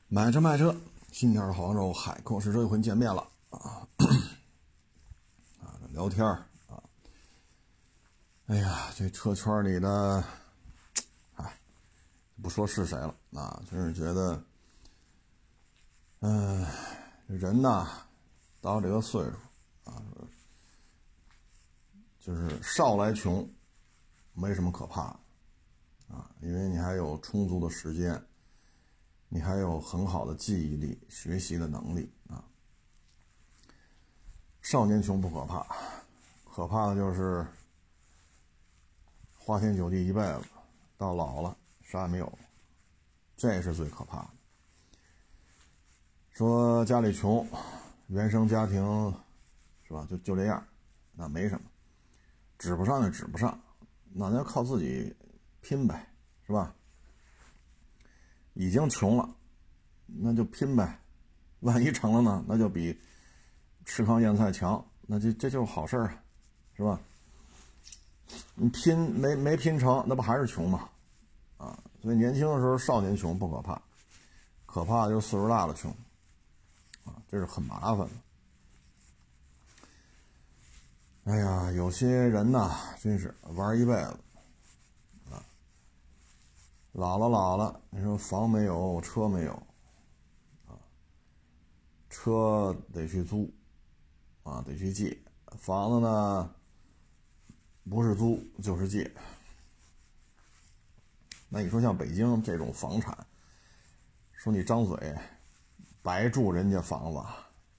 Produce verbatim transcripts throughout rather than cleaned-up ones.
买车卖车，新天的好州海阔试车又和你见面了啊！啊，聊天啊，哎呀，这车圈里的，哎，不说是谁了啊，真是觉得，嗯、呃，人呐，到这个岁数啊，就是少来穷，没什么可怕的啊，因为你还有充足的时间。你还有很好的记忆力、学习的能力啊！少年穷不可怕，可怕的就是花天酒地一辈子，到老了啥也没有，这是最可怕的。说家里穷，原生家庭是吧？就就这样，那没什么，指不上就指不上，那要靠自己拼呗，是吧？已经穷了，那就拼呗，万一成了呢，那就比吃糠咽菜强，那这这就是好事啊，是吧？你拼没没拼成，那不还是穷吗？啊，所以年轻的时候少年穷不可怕，可怕的就是岁数大了穷，啊，这是很麻烦的。哎呀，有些人呐，真是玩一辈子，啊，老了老了，你说房没有，车没有，啊，车得去租，啊，得去借，房子呢，不是租就是借。那你说像北京这种房产，说你张嘴白住人家房子，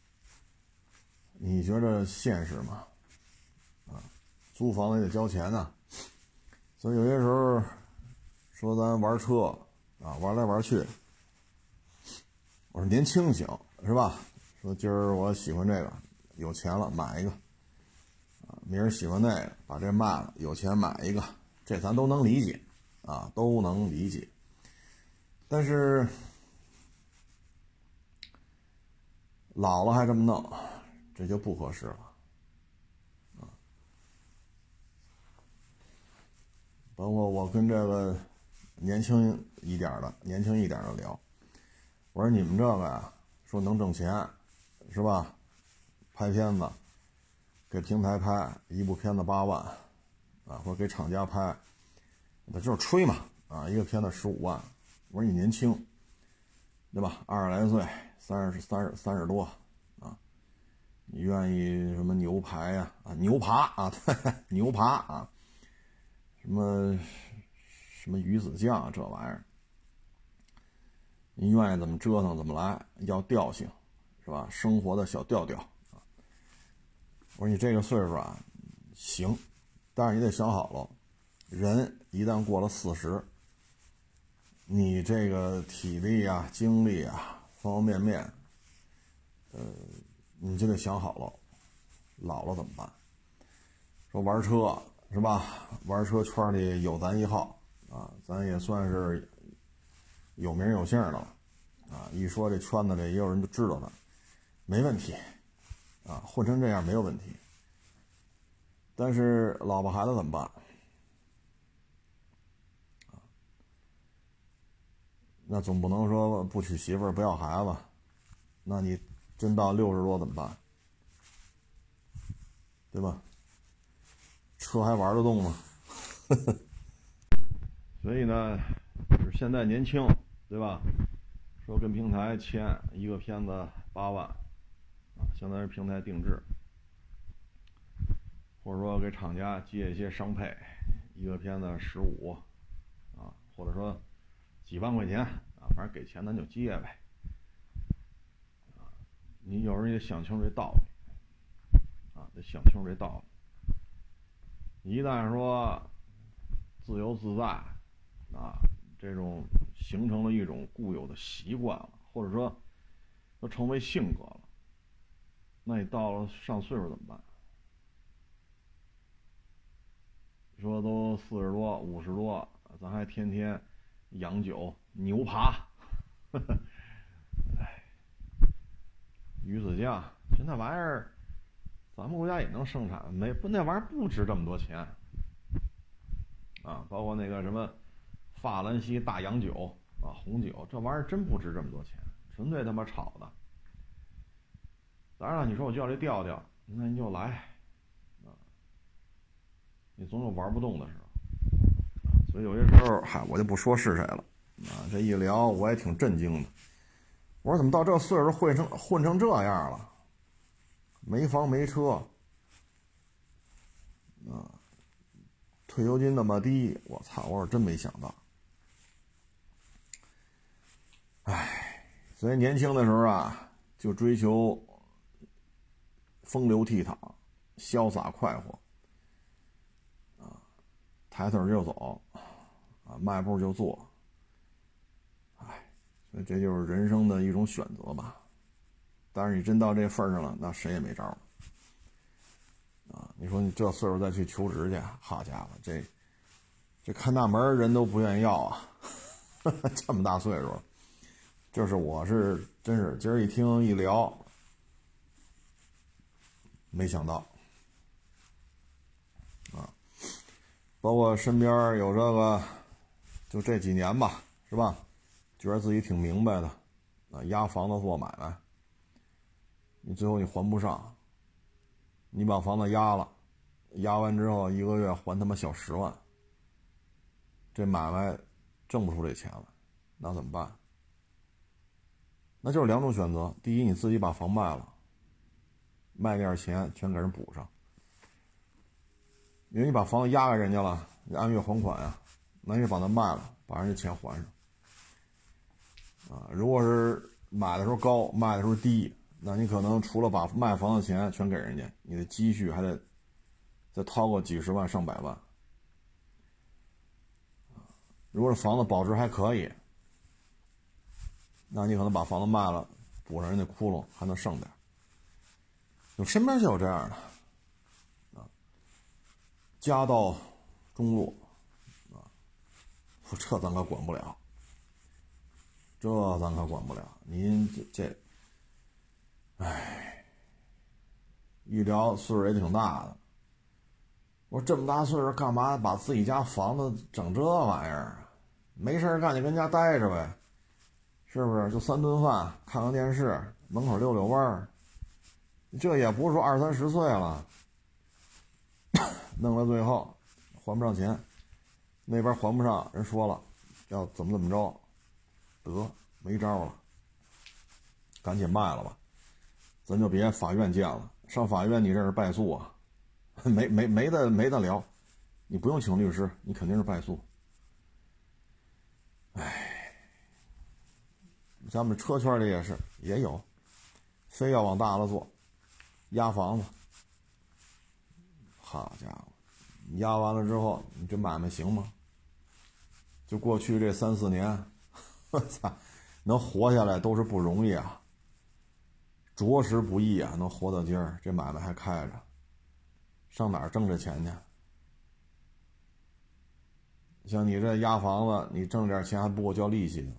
你觉得现实吗？啊，租房子也得交钱呢、啊，所以有些时候说咱玩车啊，玩来玩去，我说年轻行是吧？说今儿我喜欢这个，有钱了买一个，啊，明儿喜欢那个，把这卖了，有钱买一个，这咱都能理解啊，都能理解。但是老了还这么弄，这就不合适了啊。包括我跟这个年轻一点的年轻一点的聊，我说你们这个呀，说能挣钱是吧？拍片子给平台拍一部片子八万啊，或者给厂家拍，那就是吹嘛啊，一个片子十五万。我说你年轻对吧？二十来岁，三十三十三十多啊，你愿意什么牛排呀、啊？啊，牛扒啊，牛扒啊，什么什么鱼子酱啊，这玩意儿，你愿意怎么折腾怎么来，要调性，是吧？生活的小调调啊。我说你这个岁数啊，行，但是你得想好了，人一旦过了四十，你这个体力啊、精力啊，方方面面，呃，你就得想好了，老了怎么办？说玩车是吧？玩车圈里有咱一号啊，咱也算是有名有姓的了啊。一说这圈子里也有人都知道他，没问题啊，混成这样没有问题。但是老婆孩子怎么办？啊，那总不能说不娶媳妇儿不要孩子，那你真到六十多怎么办？对吧？车还玩得动吗？所以呢，就是现在年轻，对吧？说跟平台签一个片子八万，啊，相当于平台定制，或者说给厂家接一些商配，一个片子十五，啊，或者说几万块钱啊，反正给钱咱就接呗，啊，你有人也想清楚这道理，啊，得想清楚这道理。一旦说自由自在啊，这种形成了一种固有的习惯了，或者说都成为性格了，那你到了上岁数怎么办？说都四十多五十多，咱还天天洋酒牛扒，哎，鱼子酱，就那玩意儿咱们国家也能生产，没不那玩意儿不值这么多钱啊！包括那个什么法兰西大洋酒啊，红酒，这玩意儿真不值这么多钱。 纯粹他妈炒的。当然了，你说我就要这调调，那你就来啊，你总有玩不动的时候。所以有些时候，嗨，我就不说是谁了啊。这一聊，我也挺震惊的。我说怎么到这岁数混成混成这样了？没房没车，啊，退休金那么低，我操！我是真没想到。唉，所以年轻的时候啊，就追求风流倜傥、潇洒快活，啊，抬腿就走，啊，迈步就做。唉，所以这就是人生的一种选择吧。但是你真到这份上了，那谁也没招了。啊，你说你这岁数再去求职去，好家伙，这这看大门人都不愿意要啊！这么大岁数了，就是我是真是今儿一听一聊，没想到啊，包括身边有这个，就这几年吧，是吧？觉得自己挺明白的，啊，押房子做买卖，你最后你还不上，你把房子押了，押完之后一个月还他妈小十万，这买卖挣不出这钱来，那怎么办？那就是两种选择。第一，你自己把房卖了，卖点钱全给人补上，因为你把房子押给人家了，你按月还款啊，那你就把它卖了，把人家钱还上。啊，如果是买的时候高，卖的时候低，那你可能除了把卖房的钱全给人家，你的积蓄还得再掏个几十万上百万。如果是房子保值还可以，那你可能把房子卖了，补上人家窟窿，还能剩点。我身边就有这样的，啊，家道中落，啊，这咱可管不了，这咱可管不了。您这这，唉，一聊岁数也挺大的。我说这么大岁数干嘛把自己家房子整这玩意儿啊？没事干就跟家待着呗，是不是？就三顿饭，看看电视，门口溜溜弯儿。这也不是说二三十岁了，弄到最后还不上钱，那边还不上，人说了要怎么怎么着，得没招了，赶紧卖了吧，咱就别法院见了，上法院你这是败诉啊，没没没得没得聊，你不用请律师，你肯定是败诉。唉，咱们车圈里也是也有，非要往大了做，押房子，好家伙，押完了之后，你这买卖行吗？就过去这三四年，我操，能活下来都是不容易啊，着实不易啊，能活到今儿，这买卖还开着，上哪儿挣这钱去？像你这押房子，你挣点钱还不够交利息呢。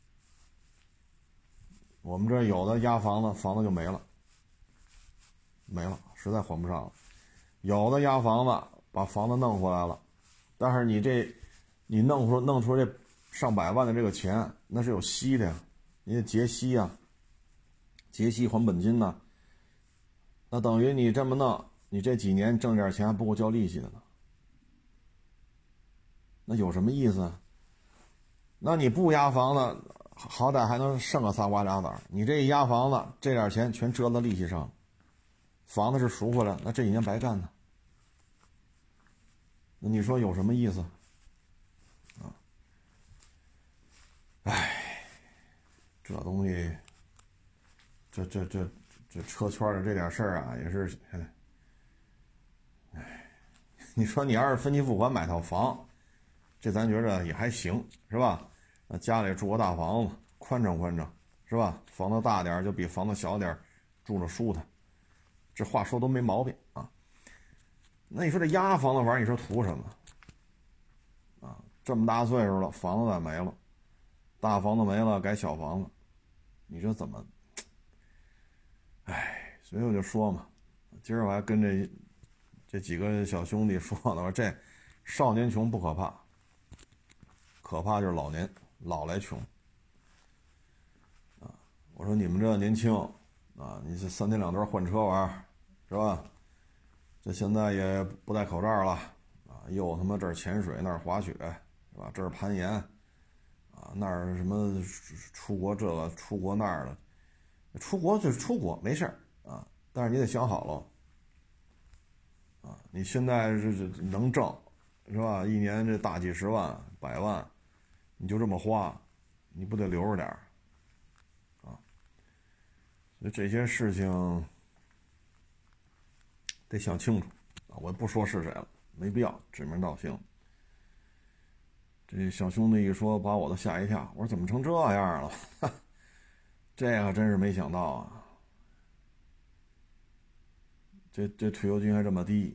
我们这有的押房子，房子就没了，没了，实在还不上了。有的押房子，把房子弄回来了，但是你这，你弄出弄出这上百万的这个钱，那是有息的呀，你得结息啊，结息还本金呢。那等于你这么弄，你这几年挣点钱还不够交利息的呢，那有什么意思啊？那你不押房子，好歹还能剩个仨瓜俩枣，你这一押房子，这点钱全折到利息上，房子是赎回来，那这几年白干呢。那你说有什么意思啊？唉，这东西，这这这这车圈的这点事儿啊，也是，唉，你说你要是分期付款买套房，这咱觉着也还行，是吧？那家里住个大房子，宽敞宽敞，是吧？房子大点就比房子小点住着舒坦，这话说都没毛病啊。那你说这押房子玩意儿，你说图什么？啊，这么大岁数了，房子也没了，大房子没了，改小房子，你说怎么？唉，所以我就说嘛，今儿我还跟这这几个小兄弟说呢，我说这少年穷不可怕，可怕就是老年老来穷。 我说你们这年轻啊，你这三天两头换车玩是吧？这现在也不戴口罩了啊，又他妈这儿潜水那儿滑雪是吧？这儿攀岩啊，那儿什么出国这个出国那儿的，出国就出国没事儿啊，但是你得想好了啊，你现在是能挣是吧？一年这大几十万、百万，你就这么花，你不得留着点儿啊？所以这些事情得想清楚啊！我不说是谁了，没必要指名道姓。这小兄弟一说，把我都吓一跳。我说怎么成这样了？这个真是没想到啊！这这退休金还这么低，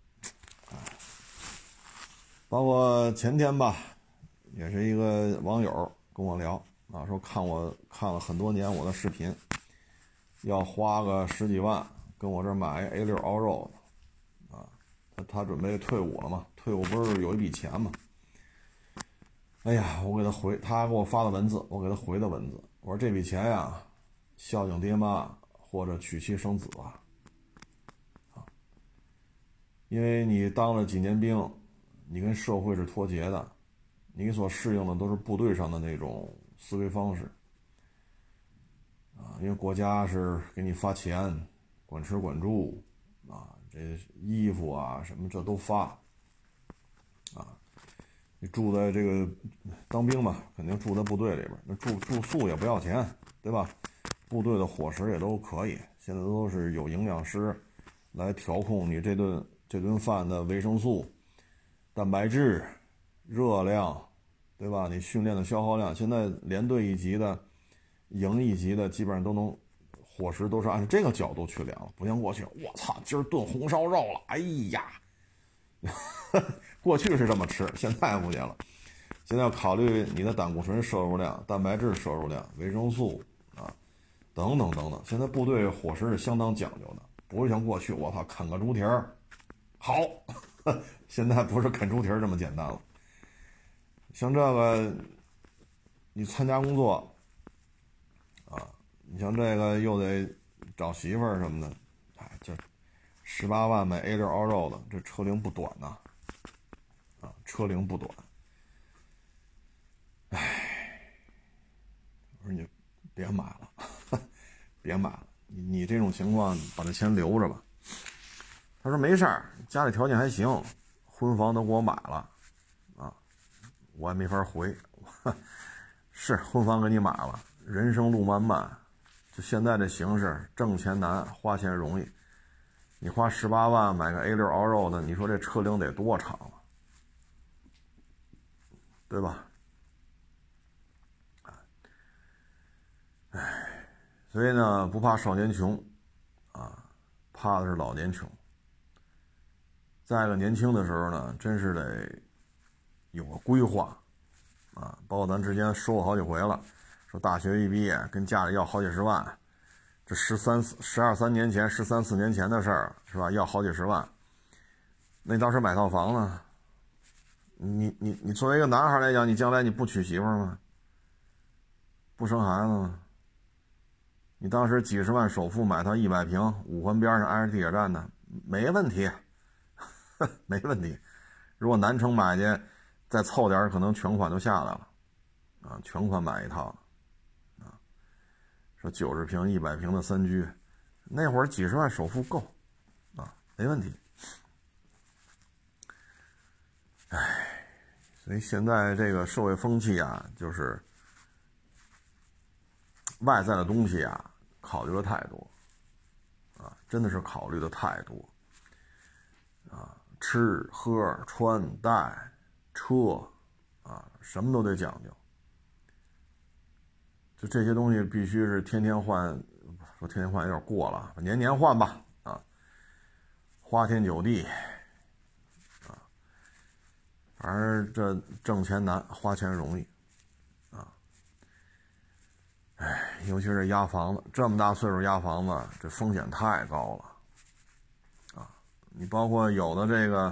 包括前天吧，也是一个网友跟我聊啊，说看我看了很多年我的视频，要花个十几万跟我这儿买 A 六 Allroad 啊，他他准备退伍了嘛，退伍不是有一笔钱嘛？哎呀，我给他回，他给我发的文字，我给他回的文字，我说这笔钱呀，孝敬爹妈或者娶妻生子吧，啊，因为你当了几年兵，你跟社会是脱节的，你所适应的都是部队上的那种思维方式，啊，因为国家是给你发钱，管吃管住，啊，这衣服啊什么这都发，啊。你住在这个当兵嘛，肯定住在部队里边，那住住宿也不要钱，对吧？部队的伙食也都可以，现在都是有营养师来调控你这顿这顿饭的维生素、蛋白质、热量，对吧？你训练的消耗量，现在连队一级的、营一级的，基本上都能伙食都是按这个角度去量了，不像过去，我操，今儿炖红烧肉了，哎呀！过去是这么吃，现在不行了。现在要考虑你的胆固醇摄入量、蛋白质摄入量、维生素啊，等等等等。现在部队伙食是相当讲究的，不会像过去我操啃个猪蹄儿好，现在不是啃猪蹄儿这么简单了。像这个，你参加工作啊，你像这个又得找媳妇儿什么的，哎，这十八万买 A 六 Allroad 的，这车龄不短呐。啊，车龄不短，唉，我说你别买了，别买了，你你这种情况把这钱留着吧。他说没事儿，家里条件还行，婚房都给我买了，啊，我也没法回，是婚房给你买了，人生路漫漫，就现在这形势，挣钱难，花钱容易，你花十八万买个 A 六 Allroad 的，你说这车龄得多长啊？对吧？唉，所以呢，不怕少年穷，啊，怕的是老年穷。再一个，年轻的时候呢，真是得有个规划，啊，包括咱之前说过好几回了，说大学一毕业跟家里要好几十万，这十三、十二三年前、十三四年前的事儿是吧？要好几十万，那你当时买套房呢？你你你作为一个男孩来讲，你将来你不娶媳妇吗？不生孩子吗？你当时几十万首付买套一百平，五环边上挨着地铁站的，没问题，没问题。如果南城买去，再凑点，可能全款就下来了，啊，全款买一套，啊，说九十平、一百平的三居，那会儿几十万首付够，啊，没问题。唉，所以现在这个社会风气啊，就是外在的东西啊，考虑的太多，啊，真的是考虑的太多，啊，吃喝穿戴车，啊，什么都得讲究。就这些东西必须是天天换，说天天换有点过了，年年换吧，啊，花天酒地，啊，反正这挣钱难，花钱容易，啊，哎，尤其是押房子，这么大岁数押房子，这风险太高了，啊，你包括有的这个，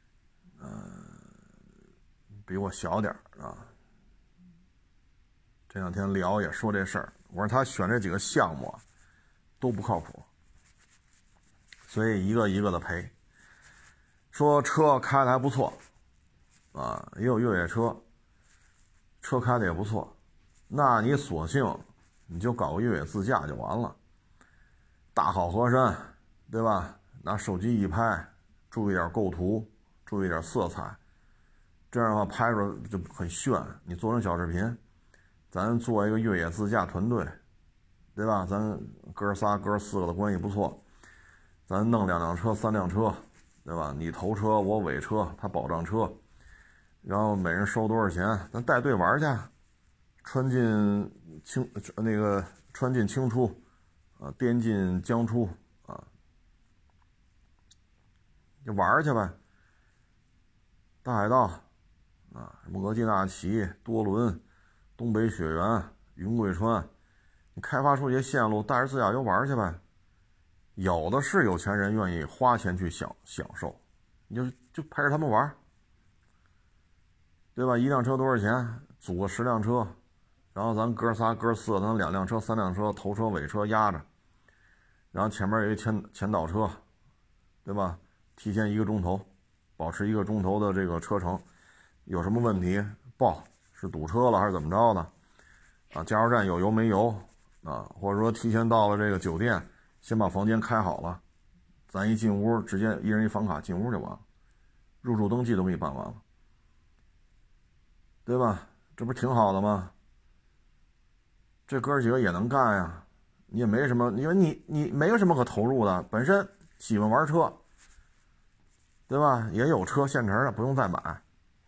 呃，比我小点啊。 这两天聊也说这事儿，我说他选这几个项目啊都不靠谱，所以一个一个的赔。说车开的还不错啊，也有越野车，车开的也不错，那你索性你就搞个越野自驾就完了，大好河山，对吧？拿手机一拍，注意点构图，注意点色彩，这样的话拍出来就很炫。你做成小视频，咱做一个越野自驾团队，对吧？咱哥仨哥四个的关系不错，咱弄两辆车三辆车，对吧？你头车我尾车，他保障车，然后每人收多少钱，咱带队玩去，穿进清那个穿进清出啊，滇进江出啊，就玩去呗。大海盗啊，什么额济纳旗、多伦、东北雪原、云贵川，你开发出一些线路，带着自驾游玩去呗。有的是有钱人愿意花钱去享享受，你就就陪着他们玩，对吧？一辆车多少钱？组个十辆车，然后咱哥仨哥四个，咱两辆车三辆车，头车尾车压着，然后前面有一前前导车，对吧？提前一个钟头，保持一个钟头的这个车程，有什么问题报，是堵车了还是怎么着的啊？加油站有油没油啊？或者说提前到了这个酒店，先把房间开好了，咱一进屋直接一人一房卡进屋就完了，入住登记都给你办完了，对吧？这不是挺好的吗？这哥几个也能干呀，你也没什么，因为你你没有什么可投入的，本身喜欢玩车，对吧？也有车现成的，不用再买。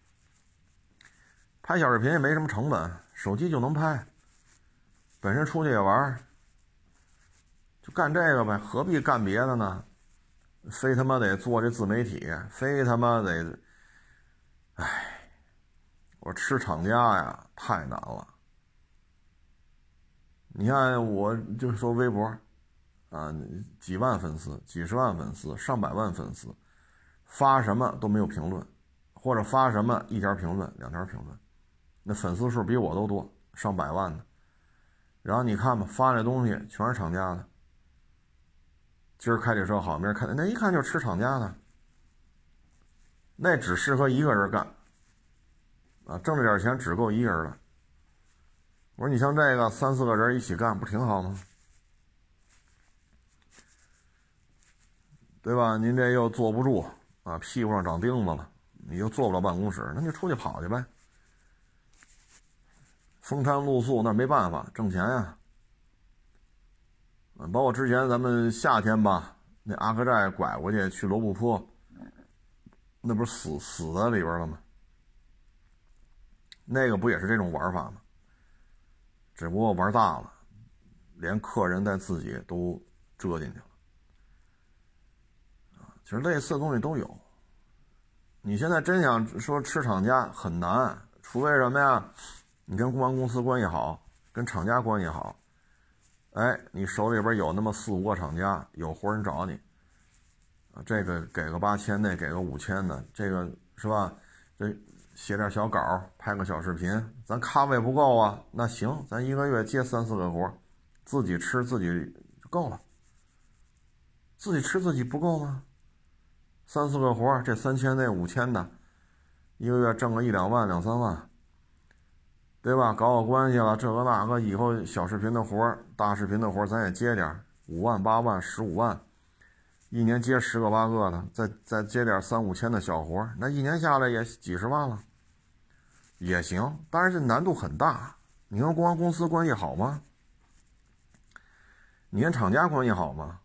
拍小视频也没什么成本，手机就能拍。本身出去也玩，就干这个呗，何必干别的呢？非他妈得做这自媒体，非他妈得，唉，我吃厂家呀，太难了。你看，我就说微博，啊，几万粉丝、几十万粉丝、上百万粉丝，发什么都没有评论，或者发什么一条评论、两条评论，那粉丝数比我都多，上百万的。然后你看吧，发这东西全是厂家的。今儿开这车好，明儿开那一看就吃厂家的，那只适合一个人干，啊，挣这点钱只够一个人了。我说你像这个三四个人一起干，不挺好吗？对吧？您这又坐不住啊，屁股上长钉子了，你就坐不了办公室，那就出去跑去呗。风餐露宿那没办法，挣钱呀。包括之前咱们夏天吧，那阿克寨拐过去去罗布泊，那不是死死在里边了吗？那个不也是这种玩法吗？只不过玩大了，连客人带自己都折进去了。其实类似的东西都有。你现在真想说吃厂家很难，除非什么呀？你跟公安公司关系好，跟厂家关系好，哎，你手里边有那么四五个厂家，有活人找你，啊，这个给个八千，那给个五千的，这个是吧？这写点小稿，拍个小视频，咱咖位不够啊，那行，咱一个月接三四个活，自己吃自己就够了。自己吃自己不够吗？三四个活，这三千那五千的，一个月挣个一两万两三万，对吧？搞好关系了，这个那个，以后小视频的活，大视频的活咱也接点，五万八万十五万，一年接十个八个的，再再接点三五千的小活，那一年下来也几十万了，也行。但是这难度很大。你跟公安公司关系好吗？你跟厂家关系好吗？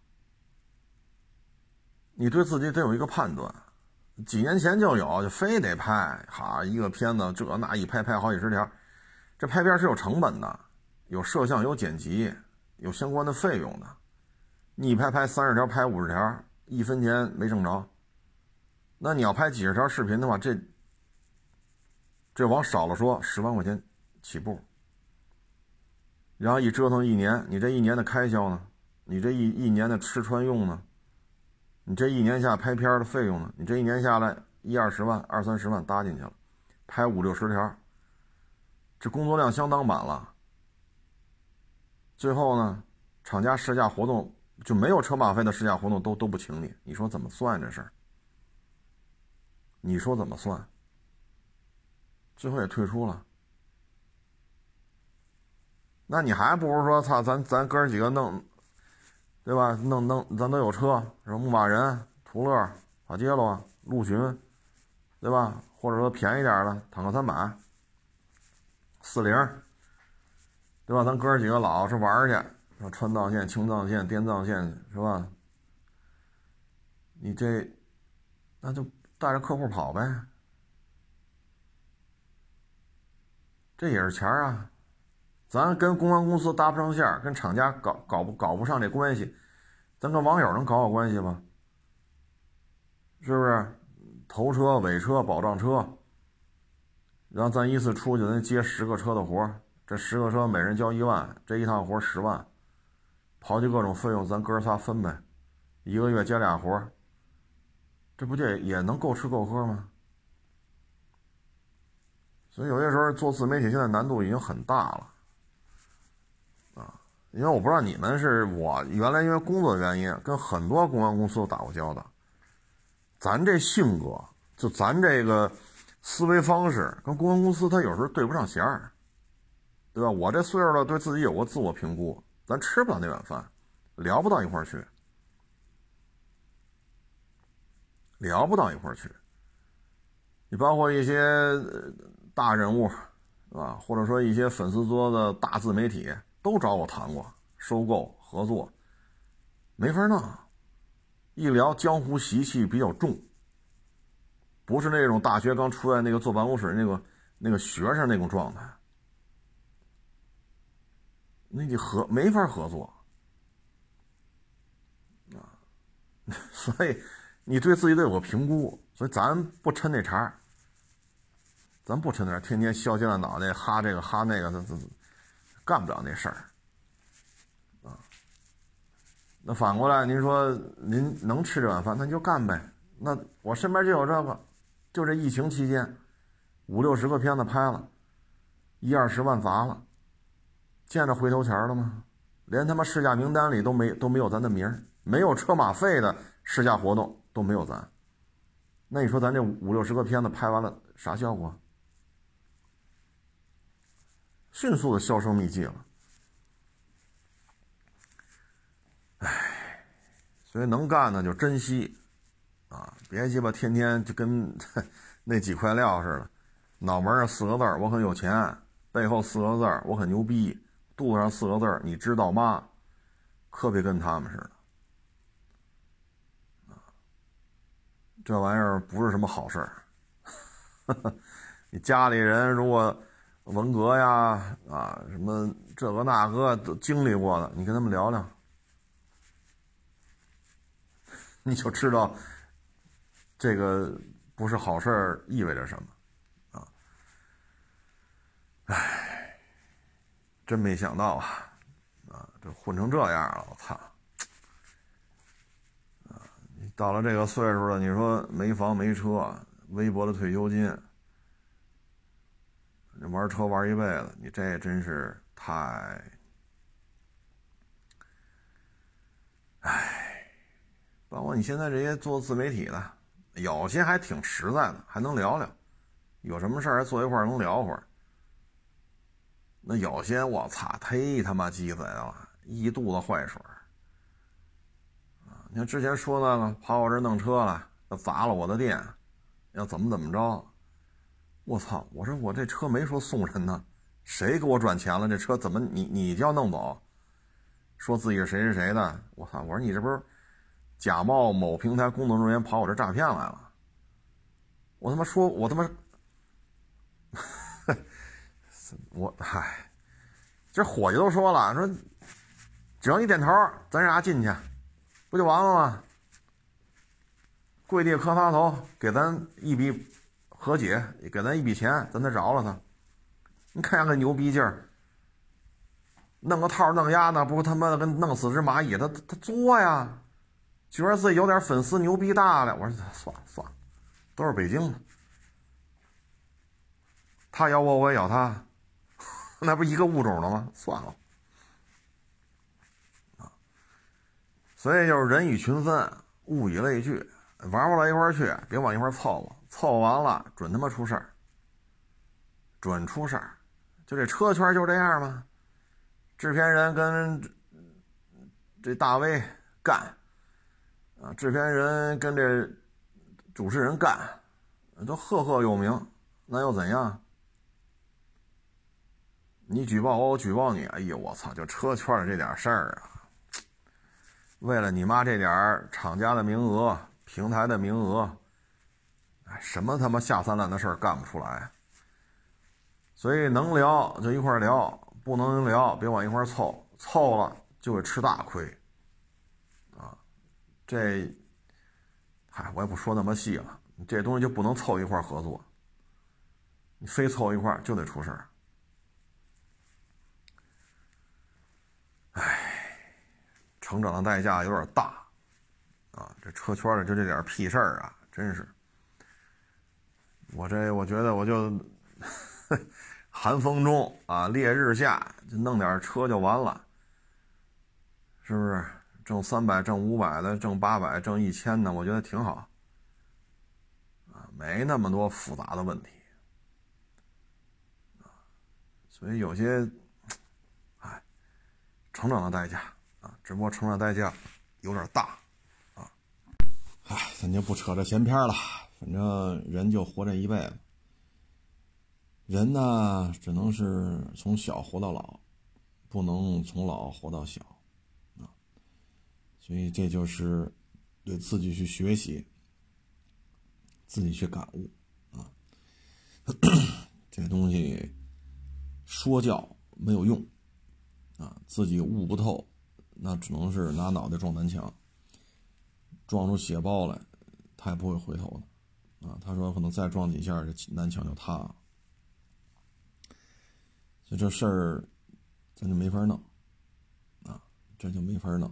你对自己得有一个判断。几年前就有，就非得拍，哈，一个片子这那一拍拍好几十条，这拍片是有成本的，有摄像有剪辑，有相关的费用的。你一拍拍三十条，拍五十条，一分钱没挣着。那你要拍几十条视频的话，这这往少了说十万块钱起步。然后一折腾一年，你这一年的开销呢？你这一一年的吃穿用呢？你这一年下拍片的费用呢？你这一年下来一二十万、二三十万搭进去了，拍五六十条，这工作量相当满了。 最后呢，厂家试驾活动就没有车马费的试驾活动都都不请你，你说怎么算这事儿？你说怎么算？最后也退出了。那你还不如说，操，咱咱哥几个弄，对吧？弄弄，咱都有车，什么牧马人、途乐、帕杰罗、陆巡，对吧？或者说便宜点的坦克三百、四零，对吧？咱哥几个老是玩去，川藏线、青藏线、滇藏线，是吧？你这，那就带着客户跑呗，这也是钱啊。咱跟公关公司搭不上线，跟厂家搞搞不搞不上这关系，咱跟网友能搞好关系吗？是不是？头车、尾车、保障车，然后咱一次出去能接十个车的活，这十个车每人交一万，这一趟活十万，刨去各种费用，咱哥仨分呗，一个月接俩活，这不就也能够吃够喝吗？所以有些时候做自媒体现在难度已经很大了。因为我不知道你们是，我原来因为工作原因跟很多公关公司都打过交道，咱这性格就咱这个思维方式跟公关公司他有时候对不上弦儿，对吧？我这岁数了，对自己有过自我评估，咱吃不了那碗饭，聊不到一块儿去，聊不到一块儿去。你包括一些大人物啊，或者说一些粉丝多的大自媒体都找我谈过收购合作，没法弄。一聊江湖习气比较重，不是那种大学刚出来那个坐办公室那个那个学生那种状态，那你合没法合作啊。所以你对自己得有个评估，所以咱不抻那茬，咱不抻那茬，天天削尖了脑袋哈这个哈那个，咱咱干不了那事儿啊。那反过来，您说您能吃这碗饭，那就干呗。那我身边就有这个，就这疫情期间，五六十个片子拍了，一二十万砸了，见着回头钱了吗？连他妈试驾名单里都没都没有咱的名，没有车马费的试驾活动都没有咱。那你说咱这五六十个片子拍完了啥效果？迅速的销声匿迹了。唉，所以能干的就珍惜啊，别鸡巴天天就跟那几块料似的，脑门上四个字我很有钱，背后四个字我很牛逼，肚子上四个字你知道吗？可别跟他们似的啊，这玩意儿不是什么好事儿。你家里人如果文革呀啊什么这个那个都经历过的，你跟他们聊聊，你就知道这个不是好事儿意味着什么啊。唉，真没想到啊啊，这混成这样了，我操啊！你到了这个岁数了，你说没房没车，微薄的退休金，你玩车玩一辈子，你这真是太……唉，包括你现在这些做自媒体的，有些还挺实在的，还能聊聊，有什么事儿还坐一块儿能聊会儿。那有些我操，忒他妈鸡贼了，一肚子坏水啊！你看之前说那个跑我这弄车了，要砸了我的店，要怎么怎么着？我操！我说我这车没说送人呢，谁给我转钱了？这车怎么你你就要弄走？说自己是谁谁谁的？我操！我说你这不是假冒某平台工作人员跑我这诈骗来了？我他妈说，我他妈。我嗨，这伙计都说了，说只要你点头，咱俩进去，不就完了吗？跪地磕仨头，给咱一笔和解，给咱一笔钱，咱再饶了他。你看个牛逼劲儿，弄个套弄丫的，不是他妈的跟弄死只蚂蚁，他他作呀，觉得自己有点粉丝牛逼大了。我说算了算了，都是北京的，他咬我，我也咬他。那不一个物种了吗？算了， 所以就是人以群分，物以类聚，玩不到一块儿去，别往一块儿凑合，凑合完了准他妈出事儿，准出事儿。就这车圈就这样吗？制片人跟这大 V 干啊，制片人跟这主持人干，都赫赫有名，那又怎样？你举报我，我举报你，哎呦我操！就车圈的这点事儿啊，为了你妈这点厂家的名额、平台的名额，哎，什么他妈下三滥的事儿干不出来。所以能聊就一块聊，不能聊别往一块凑，凑了就会吃大亏啊！这，嗨，我也不说那么细了，这东西就不能凑一块合作，你非凑一块就得出事儿。唉，成长的代价有点大啊！这车圈的就这点屁事儿啊，真是。我这我觉得我就寒风中啊，烈日下就弄点车就完了，是不是？挣三百、挣五百的，挣八百、挣一千的，我觉得挺好啊，没那么多复杂的问题啊。所以有些，哎，成长的代价啊，只不过成长代价有点大啊。哎，咱就不扯这闲篇了，反正人就活这一辈子。人呢，只能是从小活到老，不能从老活到小啊。所以这就是对自己去学习，自己去感悟啊。这东西说教没有用啊，自己悟不透，那只能是拿脑袋撞南墙，撞出血包来，他也不会回头的啊。他说可能再撞几下，这南墙就塌了。所以这事儿咱就没法弄啊，这就没法弄。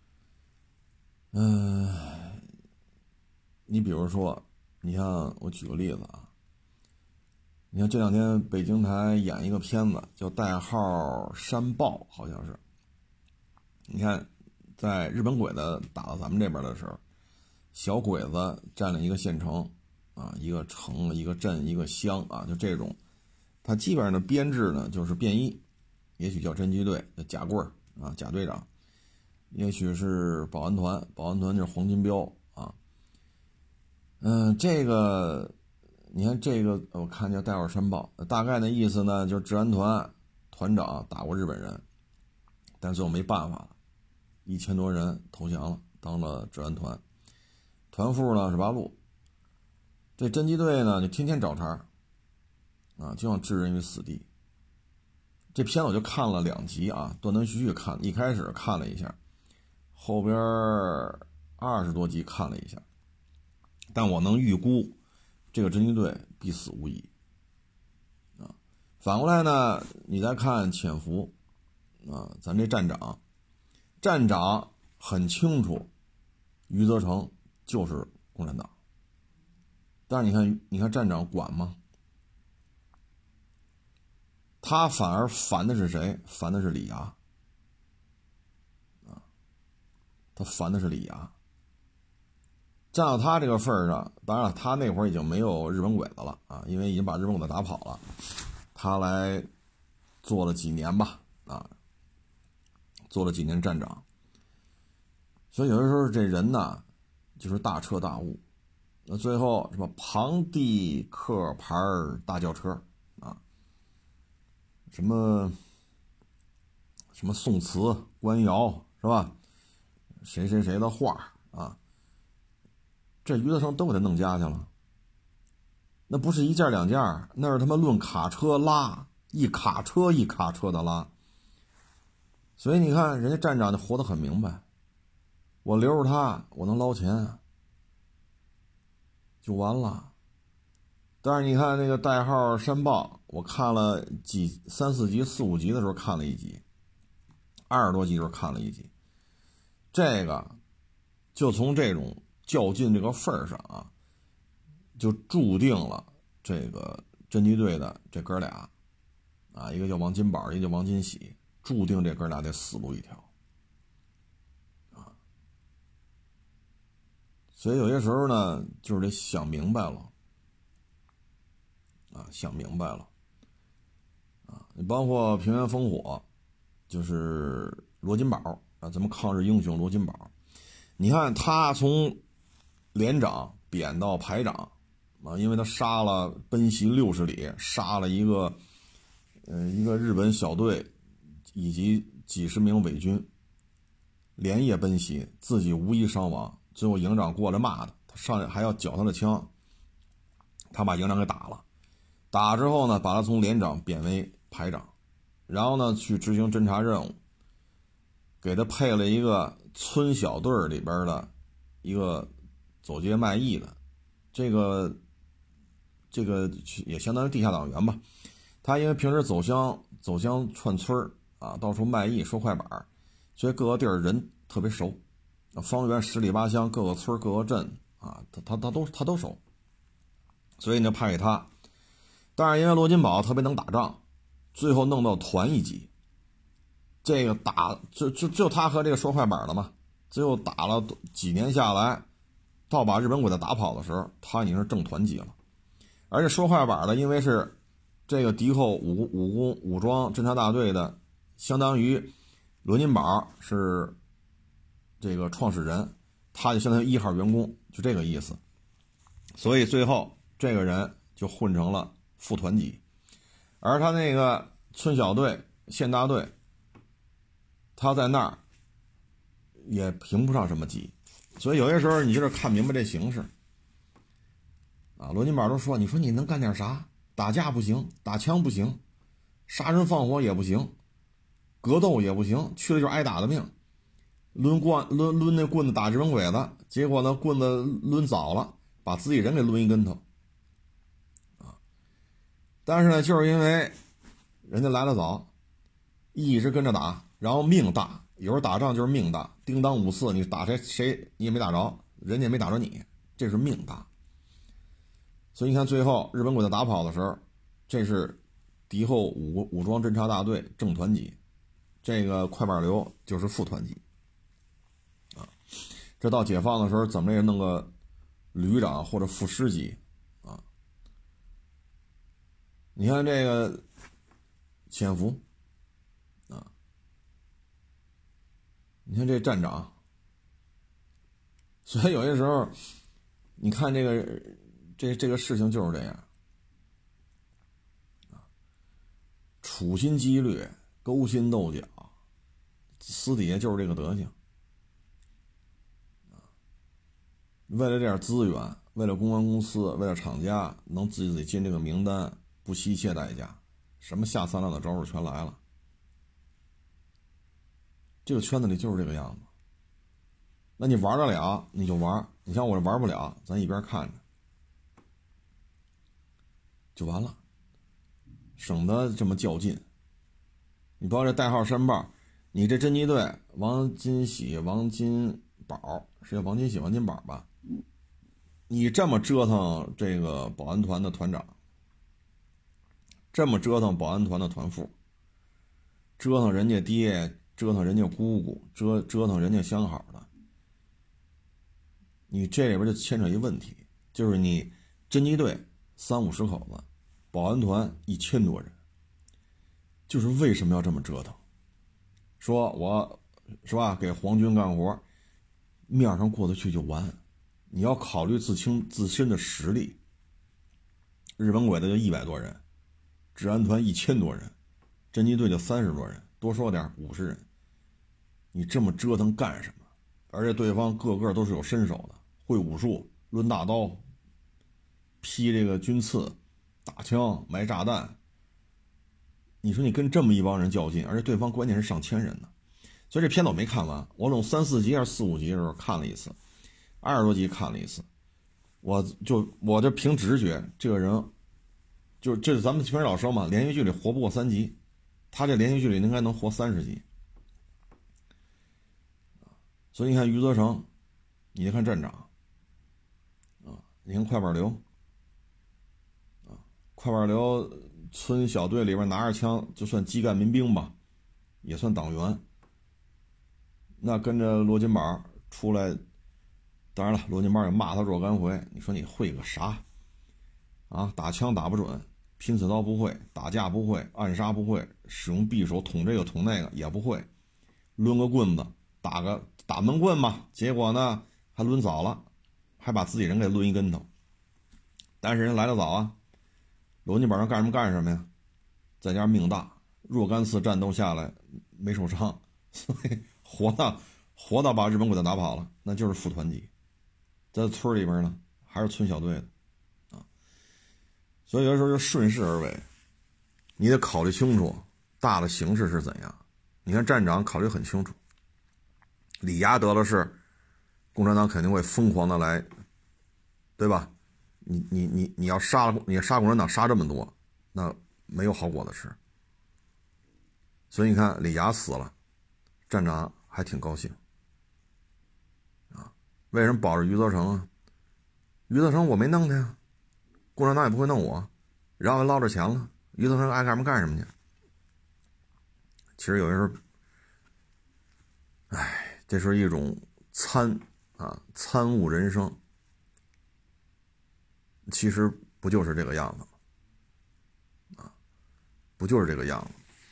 嗯、呃，你比如说，你像我举个例子啊，你看这两天北京台演一个片子叫《代号山豹》，好像是。你看，在日本鬼子打到咱们这边的时候，小鬼子占领一个县城啊，一个城、一个镇、一个乡啊，就这种。他基本上的编制呢就是便衣，也许叫侦缉队的贾棍儿啊，贾队长，也许是保安团，保安团就是黄金标啊。嗯，这个你看这个我看叫代号山豹，大概的意思呢就是治安团团长打过日本人，但最后没办法了，一千多人投降了，当了治安团，团副呢是八路。这侦缉队呢就天天找茬啊，就想置人于死地。这片我就看了两集啊，断断续续看，一开始看了一下，后边二十多集看了一下，但我能预估这个侦缉队必死无疑啊。反过来呢，你再看潜伏啊，咱这站长，站长很清楚，余则成就是共产党，但是你看，你看站长管吗？他反而烦的是谁？烦的是李涯啊，他烦的是李涯。站到他这个份上，当然了，他那会儿已经没有日本鬼子了啊，因为已经把日本鬼子打跑了。他来做了几年吧，啊，做了几年站长。所以有的时候这人呢，就是大彻大悟。那最后什么庞蒂克牌大轿车啊，什么什么宋词官窑是吧？谁谁谁的画啊？这余则成都给他弄家去了，那不是一件两件，那是他妈论卡车拉，一卡车一卡车的拉。所以你看人家站长就活得很明白，我留着他我能捞钱就完了。但是你看那个代号山豹，我看了几三四集四五集的时候看了一集，二十多集的时候看了一集，这个就从这种较劲这个份上啊，就注定了这个侦缉队的这哥俩啊，一个叫王金宝，一个叫王金喜，注定这哥俩得死路一条啊。 所以有些时候呢，就是得想明白了，啊，想明白了，啊，你包括平原烽火，就是罗金宝啊，咱们抗日英雄罗金宝，你看他从连长贬到排长，啊，因为他杀了奔袭六十里，杀了一个，呃，一个日本小队以及几十名伪军，连夜奔袭，自己无一伤亡。最后营长过来骂他，他上来还要缴他的枪，他把营长给打了。打之后呢，把他从连长贬为排长，然后呢去执行侦察任务，给他配了一个村小队里边的一个走街卖艺的，这个这个也相当于地下党员吧。他因为平时走乡走乡串村啊，到处卖艺说快板，所以各个地儿人特别熟，方圆十里八乡各个村各个镇啊，他他他都他都熟，所以呢派给他。但是因为罗金宝特别能打仗，最后弄到团一级，这个打就就就他和这个说快板的嘛，最后打了几年下来，到把日本鬼子打跑的时候，他已经是正团级了。而且说快板的，因为是这个敌后武武工武装侦察大队的，相当于罗金宝是这个创始人，他就相当于一号员工，就这个意思。所以最后这个人就混成了副团级，而他那个村小队县大队，他在那儿也评不上什么级。所以有些时候你就是看明白这形势啊。罗金宝都说，你说你能干点啥？打架不行，打枪不行，杀人放火也不行，格斗也不行，去了就是挨打的命。抡棍抡抡那棍子打日本鬼子，结果呢棍子抡早了，把自己人给抡一跟头啊。但是呢，就是因为人家来得早，一直跟着打，然后命大，有时候打仗就是命大，叮当五四，你打谁谁你也没打着，人家也没打着你，这是命大。所以你看最后日本鬼子打跑的时候，这是敌后武武装侦察大队正团级，这个快板流就是副团级啊。这到解放的时候怎么也弄个旅长或者副师级啊。你看这个潜伏啊，你看这站长。所以有些时候你看这个这这个事情就是这样啊，处心积虑勾心斗角，私底下就是这个德行啊。为了这点资源，为了公关公司，为了厂家能自己进这个名单，不惜一切代价，什么下三滥的招数全来了。这个圈子里就是这个样子。那你玩得了你就玩，你像我这玩不了，咱一边看着就完了，省得这么较劲。你包括这代号申报，你这侦缉队王金喜、王金宝，是叫王金喜、王金宝吧？你这么折腾这个保安团的团长，这么折腾保安团的团副，折腾人家爹，折腾人家姑姑，折折腾人家相好的，你这里边就牵扯一问题，就是你侦缉队三五十口子，保安团一千多人，就是为什么要这么折腾？说我是吧，给皇军干活，面上过得去就完，你要考虑自清自身的实力。日本鬼子就一百多人，治安团一千多人，侦缉队就三十多人，多说点五十人，你这么折腾干什么？而且对方个个都是有身手的，会武术，抡大刀，劈这个军刺，打枪，埋炸弹。你说你跟这么一帮人较劲，而且对方关键是上千人呢。所以这片子我没看完，我从三四集还是四五集的时候看了一次，二十多集看了一次，我就我这凭直觉，这个人就这咱们平时老说嘛，连续剧里活不过三集，他这连续剧里应该能活三十集。所以你看余则成，你看站长啊，你看快板流啊，快板流村小队里边拿着枪就算基干民兵吧，也算党员。那跟着罗金宝出来当然了，罗金邦也骂他若干回，你说你会个啥啊？打枪打不准，拼刺刀不会，打架不会，暗杀不会，使用匕首捅这个捅那个也不会，抡个棍子打个打闷棍嘛，结果呢还抡早了，还把自己人给抡一跟头。但是人来得早啊，罗金邦干什么干什么呀？再加上命大，若干次战斗下来没受伤，所以活到活到把日本鬼子打跑了，那就是副团级。在村里边呢，还是村小队的啊。所以有的时候就顺势而为，你得考虑清楚大的形势是怎样。你看站长考虑很清楚，李涯得了势，共产党肯定会疯狂的来，对吧？你你你你要杀了你杀共产党杀这么多，那没有好果子吃。所以你看李涯死了，站长还挺高兴啊。为什么保着余则成啊？余则成我没弄他呀，共产党也不会弄我，然后捞着钱了，余则成爱干什么干什么去。其实有些时候，哎，这是一种参啊参悟人生，其实不就是这个样子吗？啊，不就是这个样子？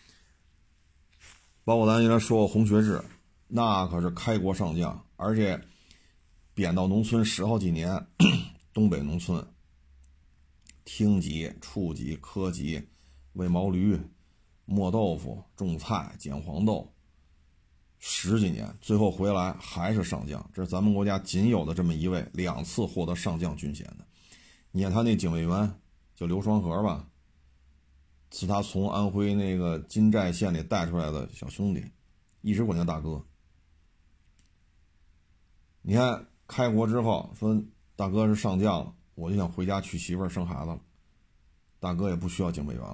包括咱原来说过洪学智，那可是开国上将，而且贬到农村十好几年，东北农村，厅级、处级、科级，喂毛驴、磨豆腐、种菜、捡黄豆，十几年，最后回来还是上将。这是咱们国家仅有的这么一位两次获得上将军衔的。你看他那警卫员叫刘双河吧，是他从安徽那个金寨县里带出来的小兄弟，一直管叫大哥。你看开国之后说大哥是上将了，我就想回家娶媳妇儿生孩子了，大哥也不需要警卫员了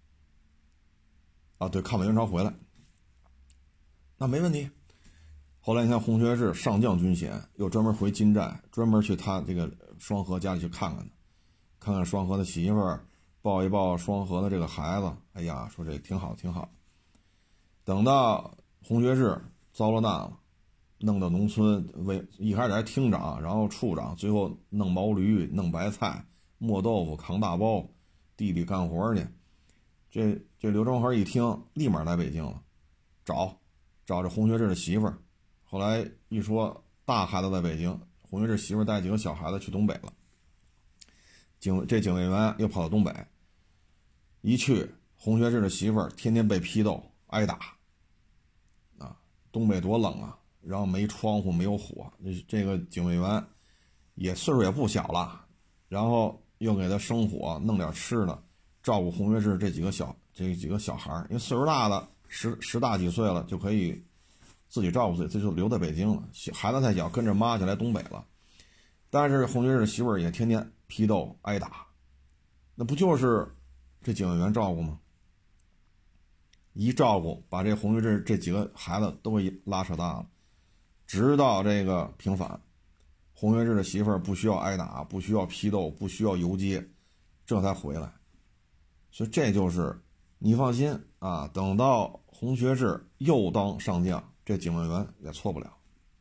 啊。对，抗美援朝回来那没问题。后来你看洪学智上将军衔，又专门回金寨，专门去他这个双河家里去看看他，看看双河的媳妇儿，抱一抱双河的这个孩子，哎呀，说这挺好挺好。等到洪学智遭了难了，弄到农村为一开始还厅长，然后处长，最后弄毛驴、弄白菜、磨豆腐、扛大包，地里干活去。这这刘双河一听，立马来北京了，找找这洪学智的媳妇儿。后来一说大孩子在北京，洪学智媳妇儿带几个小孩子去东北了。警这警卫员又跑到东北，一去洪学智的媳妇儿天天被批斗挨打啊，东北多冷啊，然后没窗户没有火，这个警卫员也岁数也不小了，然后又给他生火弄点吃的，照顾洪学智这几个小这几个小孩，因为岁数大的十十大几岁了就可以自己照顾自己，这就留在北京了，孩子太小跟着妈就来东北了。但是洪学智的媳妇儿也天天批斗挨打，那不就是这警卫员照顾吗？一照顾把这洪学智这几个孩子都给拉扯大了，直到这个平反，洪学智的媳妇儿不需要挨打，不需要批斗，不需要游街，这才回来。所以这就是你放心啊，等到洪学智又当上将，这警卫员也错不了，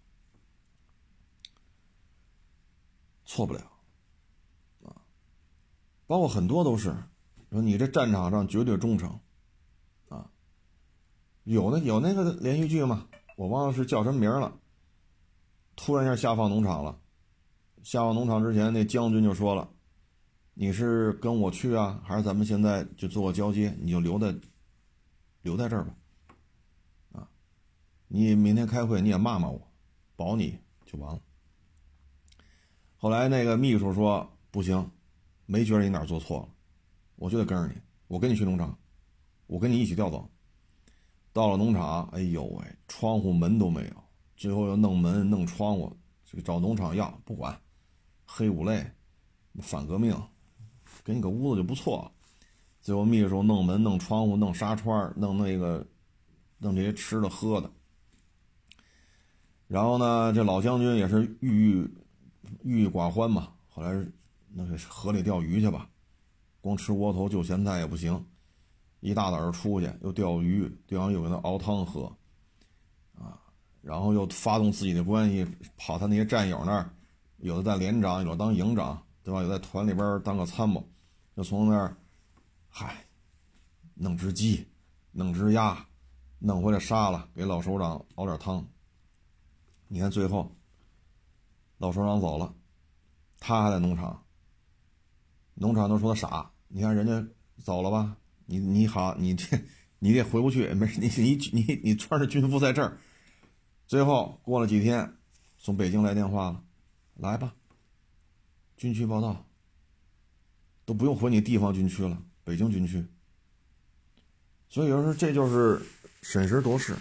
错不了啊！包括很多都是说你这战场上绝对忠诚啊，有那有那个连续剧嘛，我忘了是叫什么名了，突然一下下放农场了，下放农场之前那将军就说了，你是跟我去啊，还是咱们现在就做个交接，你就留在留在这儿吧啊，你明天开会你也骂骂我，保你就完了。后来那个秘书说不行，没觉得你哪儿做错了，我就得跟着你，我跟你去农场，我跟你一起调走。到了农场，哎呦喂，窗户门都没有，最后又弄门弄窗户，找农场要不管，黑五类反革命，给你个屋子就不错了。最后秘书弄门弄窗户弄纱窗弄那个弄这些吃的喝的。然后呢这老将军也是郁郁郁郁寡欢嘛，后来那个河里钓鱼去吧，光吃窝头就咸菜也不行，一大早上出去又钓鱼，钓完又给他熬汤喝啊，然后又发动自己的关系跑他那些战友那儿有的在连长，有的当营长，对吧？有在团里边当个参谋，就从那儿，嗨，弄只鸡，弄只鸭，弄回来杀了，给老首长熬点汤。你看最后，老首长走了，他还在农场，农场都说他傻。你看人家走了吧，你你好，你这你也回不去，没你你你你穿着军服在这儿。最后过了几天，从北京来电话了，来吧，军区报道，都不用回你地方军区了，北京军区。所以有时候这就是审时度势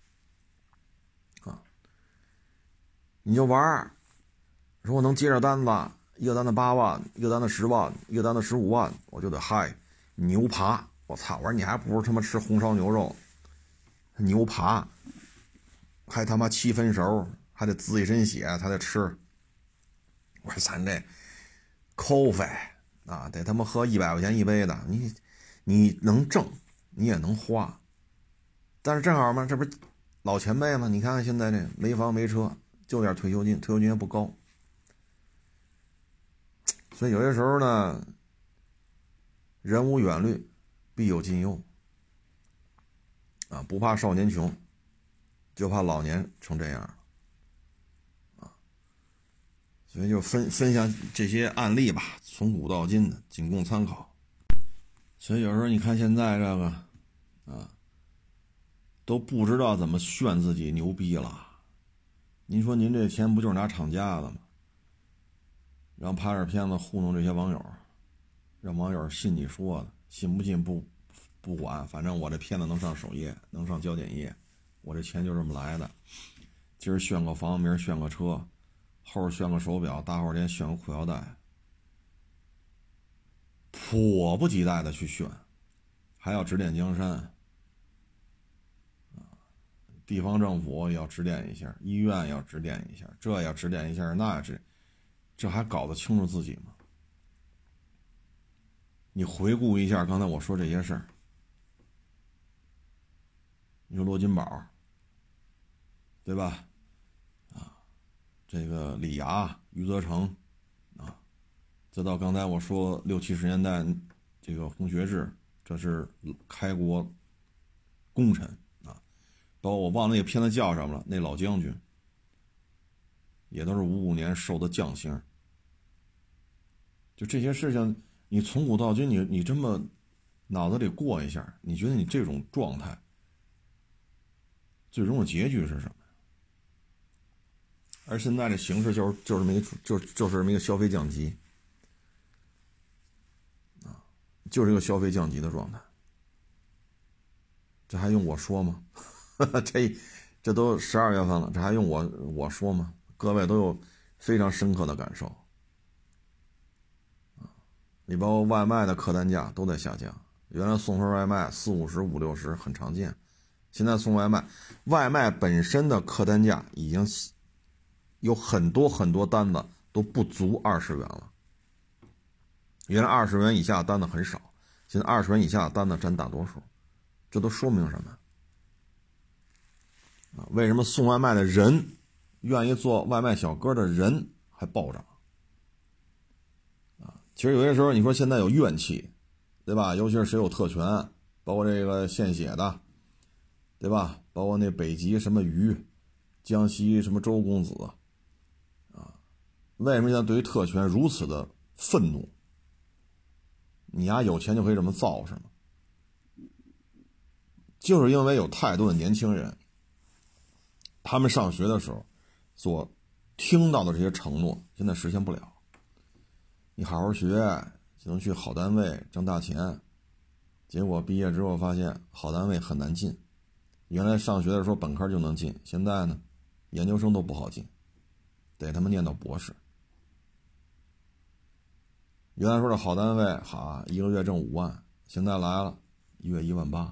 啊，你就玩，说我能接着单子，一个单子八万，一个单子十万，一个单子十五万，我就得嗨牛扒。我操！我说你还不如他妈吃红烧牛肉，牛扒，还他妈七分熟，还得滋一身血才得吃。我说咱这扣费啊，得他妈喝一百块钱一杯的，你你能挣，你也能花。但是正好嘛，这不是老前辈嘛？你看看现在这没房没车，就点退休金，退休金也不高。所以有些时候呢，人无远虑，必有近忧啊！不怕少年穷，就怕老年成这样啊！所以就分分享这些案例吧，从古到今的，仅供参考。所以有时候你看现在这个啊，都不知道怎么炫自己牛逼了。您说您这钱不就是拿厂家的吗？然后拍点片子糊弄这些网友，让网友信你说的，信不信不不管，反正我这片子能上首页，能上焦点页，我这钱就这么来的。今儿炫个房，明儿炫个车，后儿炫个手表，大后天炫个裤腰带，迫不及待的去炫，还要指点江山。地方政府也要指点一下，医院也要指点一下，这也要指点一下，那也指，这还搞得清楚自己吗？你回顾一下刚才我说这些事儿，你说罗金宝，对吧？啊，这个李涯、余则成，啊，再到刚才我说六七十年代这个洪学智，这是开国功臣啊，包括我忘了那个片子叫什么了，那老将军也都是五五年授的将星。就这些事情，你从古到今，你你这么脑子里过一下，你觉得你这种状态最终的结局是什么？而现在这形势就是就是这么一个就就是这么一个消费降级啊，就是一个消费降级的状态。这还用我说吗？这这都十二月份了，这还用我我说吗？各位都有非常深刻的感受啊。你包括外卖的客单价都在下降，原来送份外卖四五十五六十很常见，现在送外卖，外卖本身的客单价已经有很多很多单子都不足二十元了。原来二十元以下的单子很少，现在二十元以下的单子占大多数，这都说明什么？啊，为什么送外卖的人，愿意做外卖小哥的人还暴涨？啊，其实有些时候你说现在有怨气，对吧？尤其是谁有特权，包括这个献血的，对吧？包括那北极什么鱼，江西什么周公子，啊，为什么现在对于特权如此的愤怒？你丫有钱就可以这么造是吗？就是因为有太多的年轻人，他们上学的时候所听到的这些承诺现在实现不了。你好好学就能去好单位挣大钱，结果毕业之后发现好单位很难进。原来上学的时候本科就能进，现在呢研究生都不好进，得他们念到博士。原来说的好单位好，一个月挣五万，现在来了一月一万八。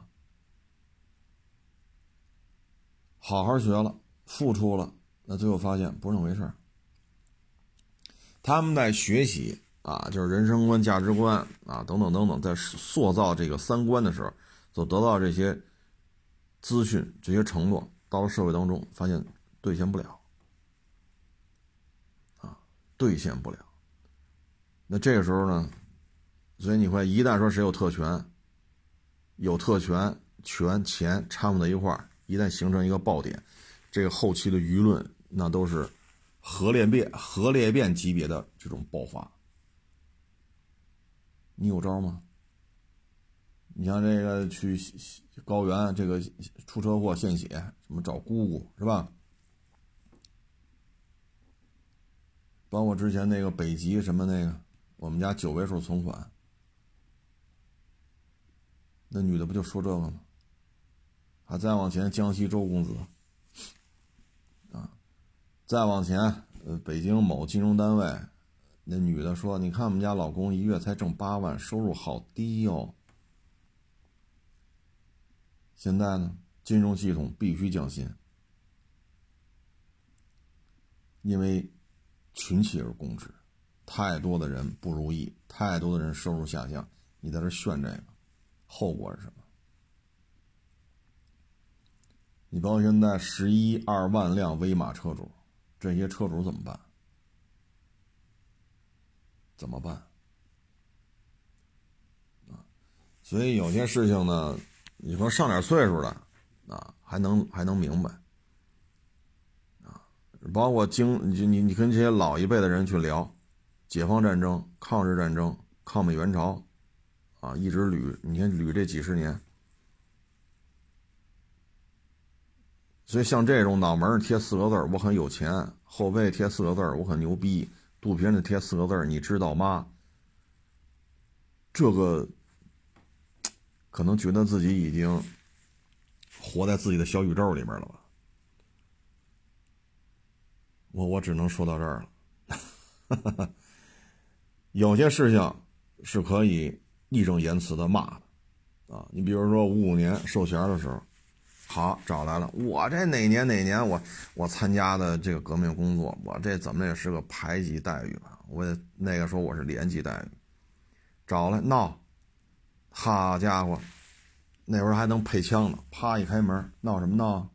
好好学了，付出了，那最后发现不是那么回事。他们在学习啊，就是人生观、价值观啊等等等等，在塑造这个三观的时候，所得到这些资讯、这些承诺，到了社会当中发现兑现不了啊。 兑现不了。那这个时候呢，所以你会一旦说谁有特权，有特权权钱掺和在一块儿，一旦形成一个爆点，这个后期的舆论那都是核裂变核裂变级别的这种爆发。你有招吗？你像这个去高原这个出车祸献血，什么找姑姑是吧？包括之前那个北极什么那个，我们家九位数存款，那女的不就说这个吗？还再往前，江西周公子，啊，再往前，呃，北京某金融单位，那女的说：“你看我们家老公一月才挣八万，收入好低哟。”现在呢，金融系统必须降薪，因为群起而攻之，太多的人不如意，太多的人收入下降，你在这炫这个，后果是什么？你包括现在十一二万辆威马车主，这些车主怎么办？怎么办？啊，所以有些事情呢，你说上点岁数的啊，还能还能明白啊，包括经你你你跟这些老一辈的人去聊，解放战争、抗日战争、抗美援朝，啊，一直捋，你看捋这几十年。所以像这种脑门贴四个字我很有钱，后背贴四个字我很牛逼，肚皮上贴四个字你知道吗？这个可能觉得自己已经活在自己的小宇宙里面了吧。我我只能说到这儿了。有些事情是可以义正言辞的骂的啊，你比如说五五年授衔的时候，好找来了，我这哪年哪年我我参加的这个革命工作，我这怎么也是个排级待遇吧？我也那个说我是连级待遇，找来闹，好家伙，那会儿还能配枪呢，啪一开门，闹什么闹？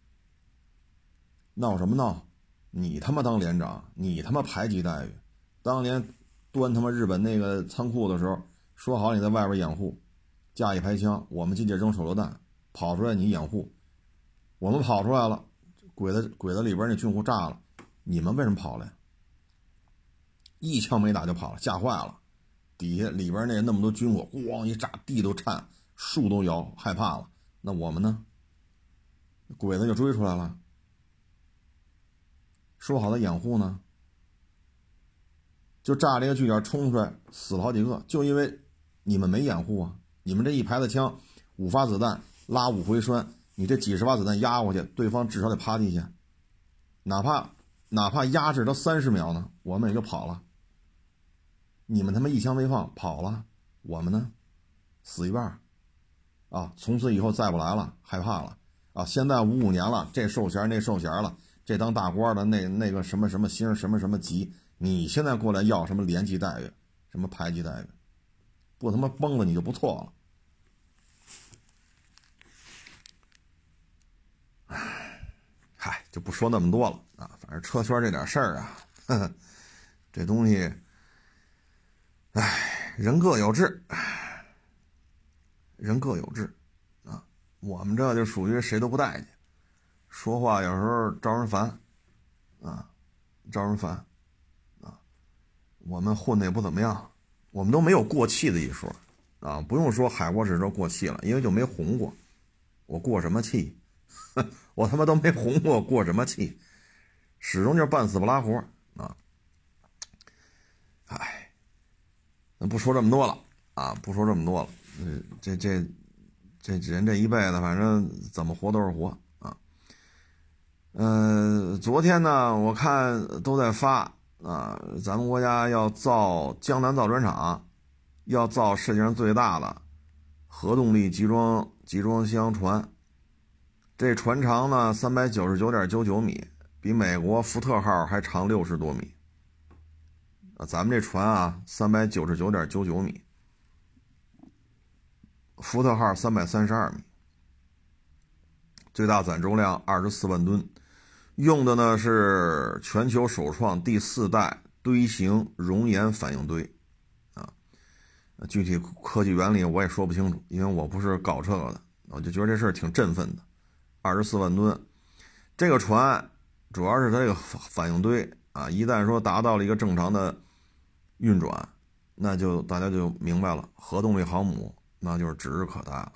闹什么闹？你他妈当连长，你他妈排级待遇，当年端他妈日本那个仓库的时候，说好你在外边掩护，架一排枪，我们进去扔手榴弹。跑出来你掩护，我们跑出来了，鬼子鬼子里边那军户炸了，你们为什么跑了？一枪没打就跑了，吓坏了，底下里边那那么多军火，咣一炸，地都颤，树都摇，害怕了。那我们呢？鬼子就追出来了，说好的掩护呢？就炸这个据点冲出来，死了好几个，就因为你们没掩护啊！你们这一排的枪，五发子弹。拉五回栓，你这几十发子弹压过去，对方至少得趴地下，哪怕哪怕压制到三十秒呢，我们也就跑了。你们他妈一枪没放跑了，我们呢，死一半啊！从此以后再不来了，害怕了啊！现在五五年了，这授衔那授衔了，这当大官的那那个什么什么星什么什么级，你现在过来要什么连级待遇，什么排级待遇，不他妈崩了你就不错了。嗨，就不说那么多了啊！反正车圈这点事儿啊，呵呵，这东西，唉，人各有志，人各有志啊。我们这就属于谁都不待见，说话有时候招人烦啊，招人烦啊。我们混的也不怎么样，我们都没有过气的一说啊，不用说海沃士都过气了，因为就没红过，我过什么气？我他妈都没红过，过什么气？始终就是半死不拉活啊！哎，那不说这么多了啊，不说这么多了。嗯，这这这人这一辈子，反正怎么活都是活啊。嗯、呃，昨天呢，我看都在发啊，咱们国家要造江南造船厂，要造世界上最大的核动力集装集装箱船。这船长呢，三百九十九点九九米，比美国福特号还长六十多米。啊，咱们这船啊，三百九十九点九九米，福特号三百三十二米，最大载重量二十四万吨，用的呢是全球首创第四代堆型熔岩反应堆啊，具体科技原理我也说不清楚，因为我不是搞这个的，我就觉得这事儿挺振奋的。二十四万吨，这个船主要是它这个反应堆啊，一旦说达到了一个正常的运转，那就大家就明白了，核动力航母那就是指日可待了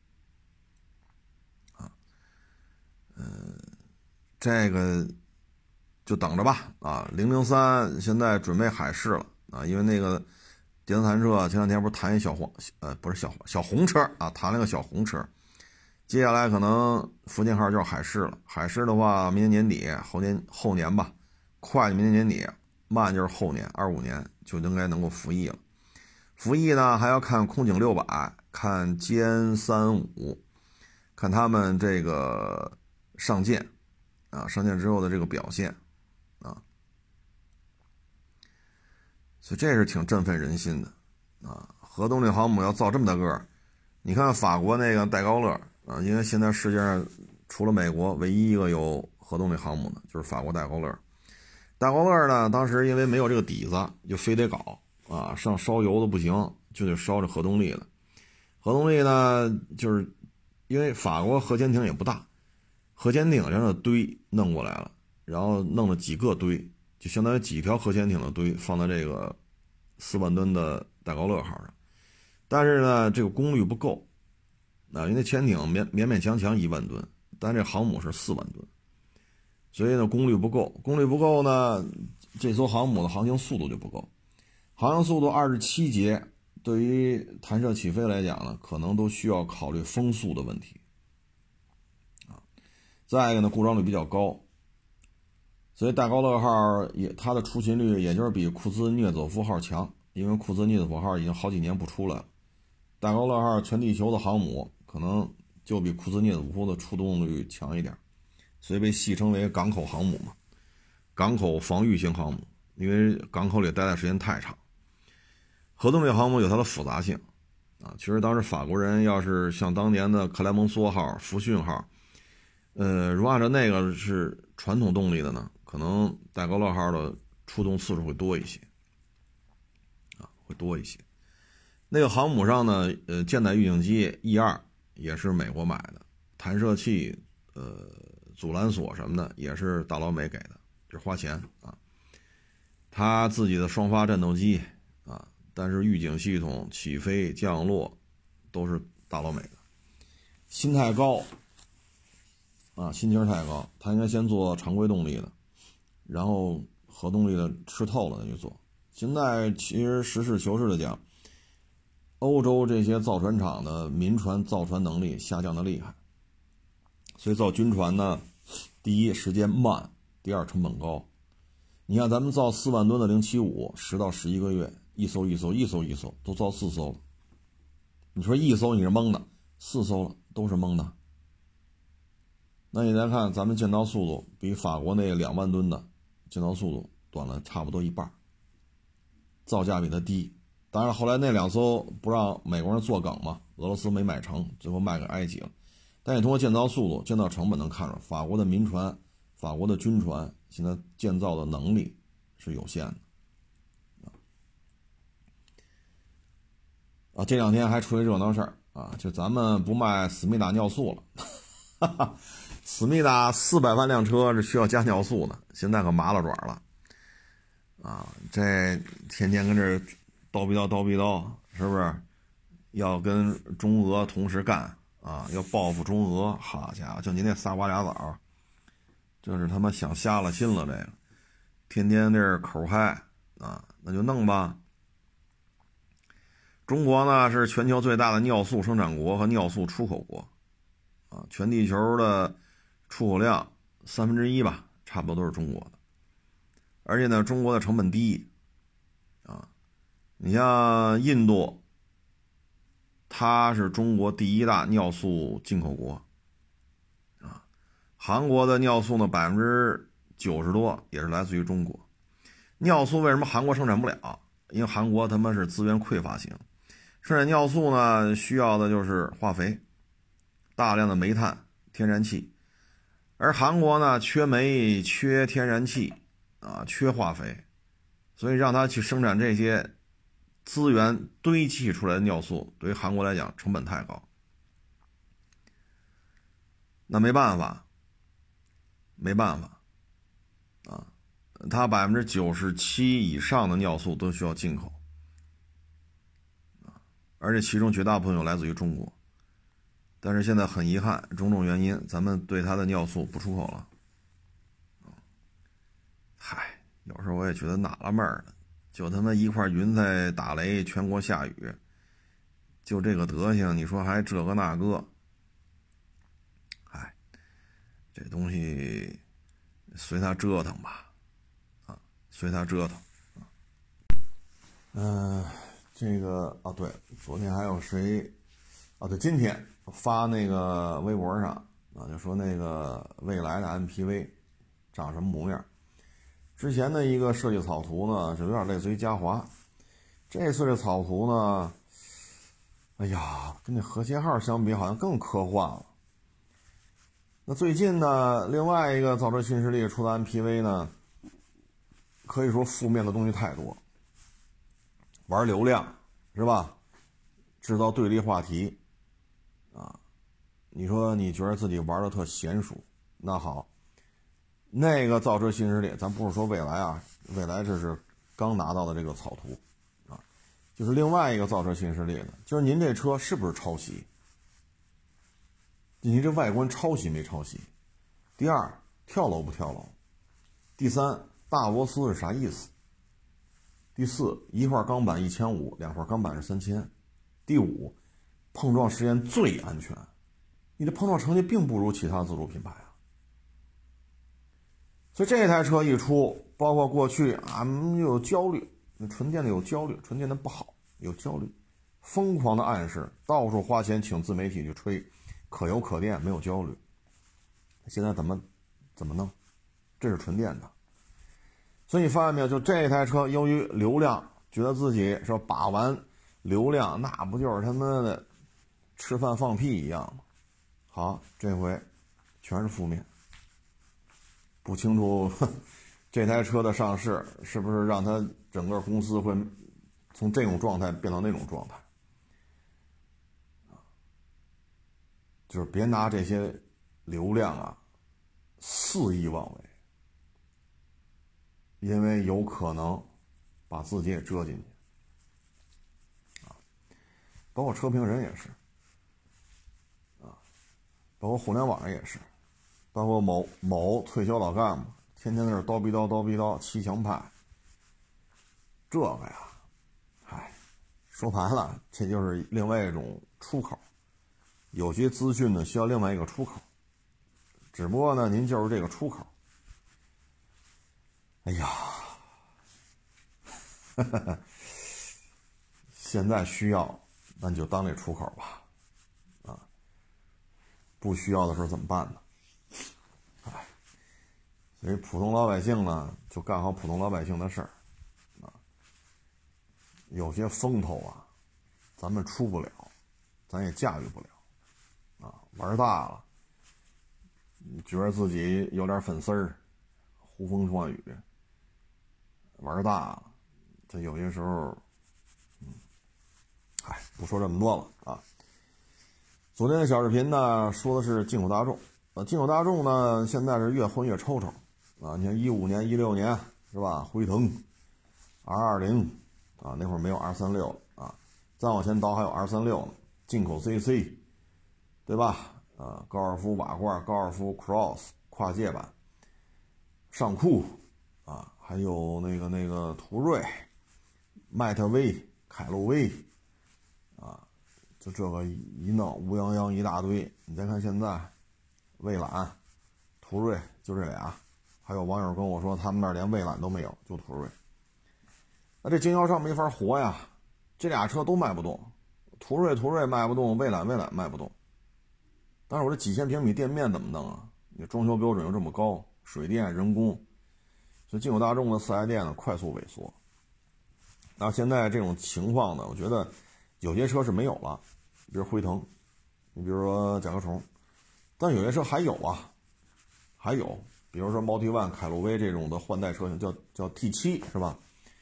啊。嗯，这个就等着吧啊。零零三现在准备海试了啊，因为那个电子坦克前两天不是谈一小黄呃不是小小红车啊，谈了个小红车。接下来可能福建号就是海试了，海试的话，明年年底、后年后年吧，快明年年底，慢就是后年二五年就应该能够服役了。服役呢还要看空警六百，看歼三五，看他们这个上舰啊，上舰之后的这个表现啊，所以这是挺振奋人心的啊。核动力航母要造这么大个儿，你看法国那个戴高乐。啊，因为现在世界上除了美国，唯一一个有核动力航母的就是法国戴高乐。戴高乐呢，当时因为没有这个底子，就非得搞啊，上烧油的不行，就得烧这核动力的。核动力呢，就是因为法国核潜艇也不大，核潜艇上的堆弄过来了，然后弄了几个堆，就相当于几条核潜艇的堆放在这个四万吨的戴高乐号上，但是呢，这个功率不够。啊，因为潜艇勉勉勉强强一万吨，但这航母是四万吨，所以呢功率不够，功率不够呢，这艘航母的航行速度就不够，航行速度二十七节，对于弹射起飞来讲呢，可能都需要考虑风速的问题啊。再一个呢，故障率比较高，所以戴高乐号也它的出勤率也就是比库兹涅佐夫号强，因为库兹涅佐夫号已经好几年不出来了，戴高乐号全地球的航母。可能就比库兹涅佐夫的出动率强一点，所以被戏称为港口航母嘛，港口防御型航母，因为港口里待的时间太长。核动力航母有它的复杂性啊，其实当时法国人要是像当年的克莱蒙梭号、福逊号，呃，如果按照那个是传统动力的呢，可能戴高乐号的出动次数会多一些啊，会多一些。那个航母上呢，呃，舰载预警机 E 二也是美国买的，弹射器、呃，阻拦索什么的也是大老美给的，就是花钱啊。他自己的双发战斗机啊，但是预警系统、起飞、降落都是大老美的。心太高啊，心气儿太高，他应该先做常规动力的，然后核动力的吃透了再去做。现在其实实事求是的讲，欧洲这些造船厂的民船造船能力下降的厉害，所以造军船呢，第一时间慢，第二成本高。你看咱们造四万吨的零七五，十到十一个月，一艘一艘一艘一艘都造四艘了。你说一艘你是蒙的，四艘了都是蒙的。那你再看咱们建造速度比法国那两万吨的建造速度短了差不多一半，造价比它低。当然后来那两艘不让美国人坐梗嘛，俄罗斯没买成，最后卖给埃及了。但你通过建造速度、建造成本能看出，法国的民船、法国的军船现在建造的能力是有限的。啊，这两天还出一热闹事儿啊，就咱们不卖思密达尿素了，哈哈，思密达四百万辆车是需要加尿素的，现在可麻了爪了。啊，这天天跟这叨逼叨叨逼叨，是不是要跟中俄同时干啊？要报复中俄，好家伙，就您那仨瓜俩枣，这是他妈想瞎了心了。这个天天这口嗨啊，那就弄吧。中国呢是全球最大的尿素生产国和尿素出口国啊，全地球的出口量三分之一吧，差不多都是中国的。而且呢，中国的成本低啊，你像印度，它是中国第一大尿素进口国啊。韩国的尿素呢，百分之九十多也是来自于中国。尿素为什么韩国生产不了？因为韩国他妈是资源匮乏型，生产尿素呢需要的就是化肥，大量的煤炭、天然气，而韩国呢缺煤、缺天然气啊，缺化肥， 所以让他去生产这些资源堆砌出来的尿素，对于韩国来讲成本太高。那没办法，没办法啊，它百分之九十七以上的尿素都需要进口啊，而且其中绝大部分又来自于中国。但是现在很遗憾，种种原因，咱们对它的尿素不出口了。嗨，有时候我也觉得纳了闷了，就他妈一块云彩打雷，全国下雨，就这个德行，你说还这个那个，嗨，这东西随他折腾吧，啊，随他折腾。嗯、呃，这个啊，对，昨天还有谁啊？对，今天发那个微博上啊，就说那个未来的 M P V 长什么模样。之前的一个设计草图呢，是有点类似于嘉华，这次这草图呢，哎呀，跟那和谐号相比，好像更科幻了。那最近呢，另外一个造车新势力出的 M P V 呢，可以说负面的东西太多，玩流量是吧？制造对立话题啊，你说你觉得自己玩的特娴熟，那好。那个造车新势力，咱不是说未来啊，未来这是刚拿到的这个草图啊，就是另外一个造车新势力的，就是您这车是不是抄袭？您这外观抄袭没抄袭？第二，跳楼不跳楼？第三，大螺丝是啥意思？第四，一块钢板一千五，两块钢板是三千。第五，碰撞实验最安全，你的碰撞成绩并不如其他自主品牌啊。所以这台车一出，包括过去啊，又有焦虑，纯电的有焦虑，纯电的不好，有焦虑，疯狂的暗示，到处花钱请自媒体去吹，可油可电，没有焦虑。现在怎么怎么弄？这是纯电的。所以你发现没有？就这台车，由于流量，觉得自己说把玩流量，那不就是他妈的吃饭放屁一样吗？好，这回全是负面。不清楚这台车的上市是不是让它整个公司会从这种状态变到那种状态，就是别拿这些流量啊肆意妄为，因为有可能把自己也遮进去啊。包括车评人也是啊，包括互联网也是，包括某某退休老干部天天在那叨逼叨叨逼叨骑墙派，这个呀，唉，说白了，这就是另外一种出口。有些资讯呢需要另外一个出口，只不过呢，您就是这个出口。哎呀，呵呵呵，现在需要，那你就当这出口吧，啊，不需要的时候怎么办呢？唉，所以普通老百姓呢，就干好普通老百姓的事儿，啊，有些风头啊，咱们出不了，咱也驾驭不了，啊，玩大了，你觉得自己有点粉丝儿，呼风唤雨，玩大了，这有些时候，嗯，哎，不说这么多了啊。昨天的小视频呢，说的是进口大众，呃，进口大众呢，现在是越混越抽抽啊。你看一五年、一六年是吧？辉腾 R 二十 啊，那会儿没有 R 三十六 啊，再往前倒还有 R 三十六 呢，进口 C C， 对吧？啊，高尔夫瓦罐、高尔夫 Cross 跨界版，尚酷啊，还有那个那个途锐、迈特威、凯路威啊，就这个一弄乌泱泱一大堆。你再看现在，蔚揽、途锐就这俩，还有网友跟我说他们那儿连蔚揽都没有，就途锐。那这经销商没法活呀，这俩车都卖不动，途锐途锐卖不动，蔚揽蔚揽卖不动。但是我这几千平米店面怎么弄啊？你装修标准又这么高，水电、人工，所以进口大众的四 S 店呢快速萎缩。那现在这种情况呢，我觉得有些车是没有了，比如辉腾，你比如说甲壳虫，但有些车还有啊，还有，比如说 Multi One、凯路威这种的换代车型，叫叫 T 七 是吧？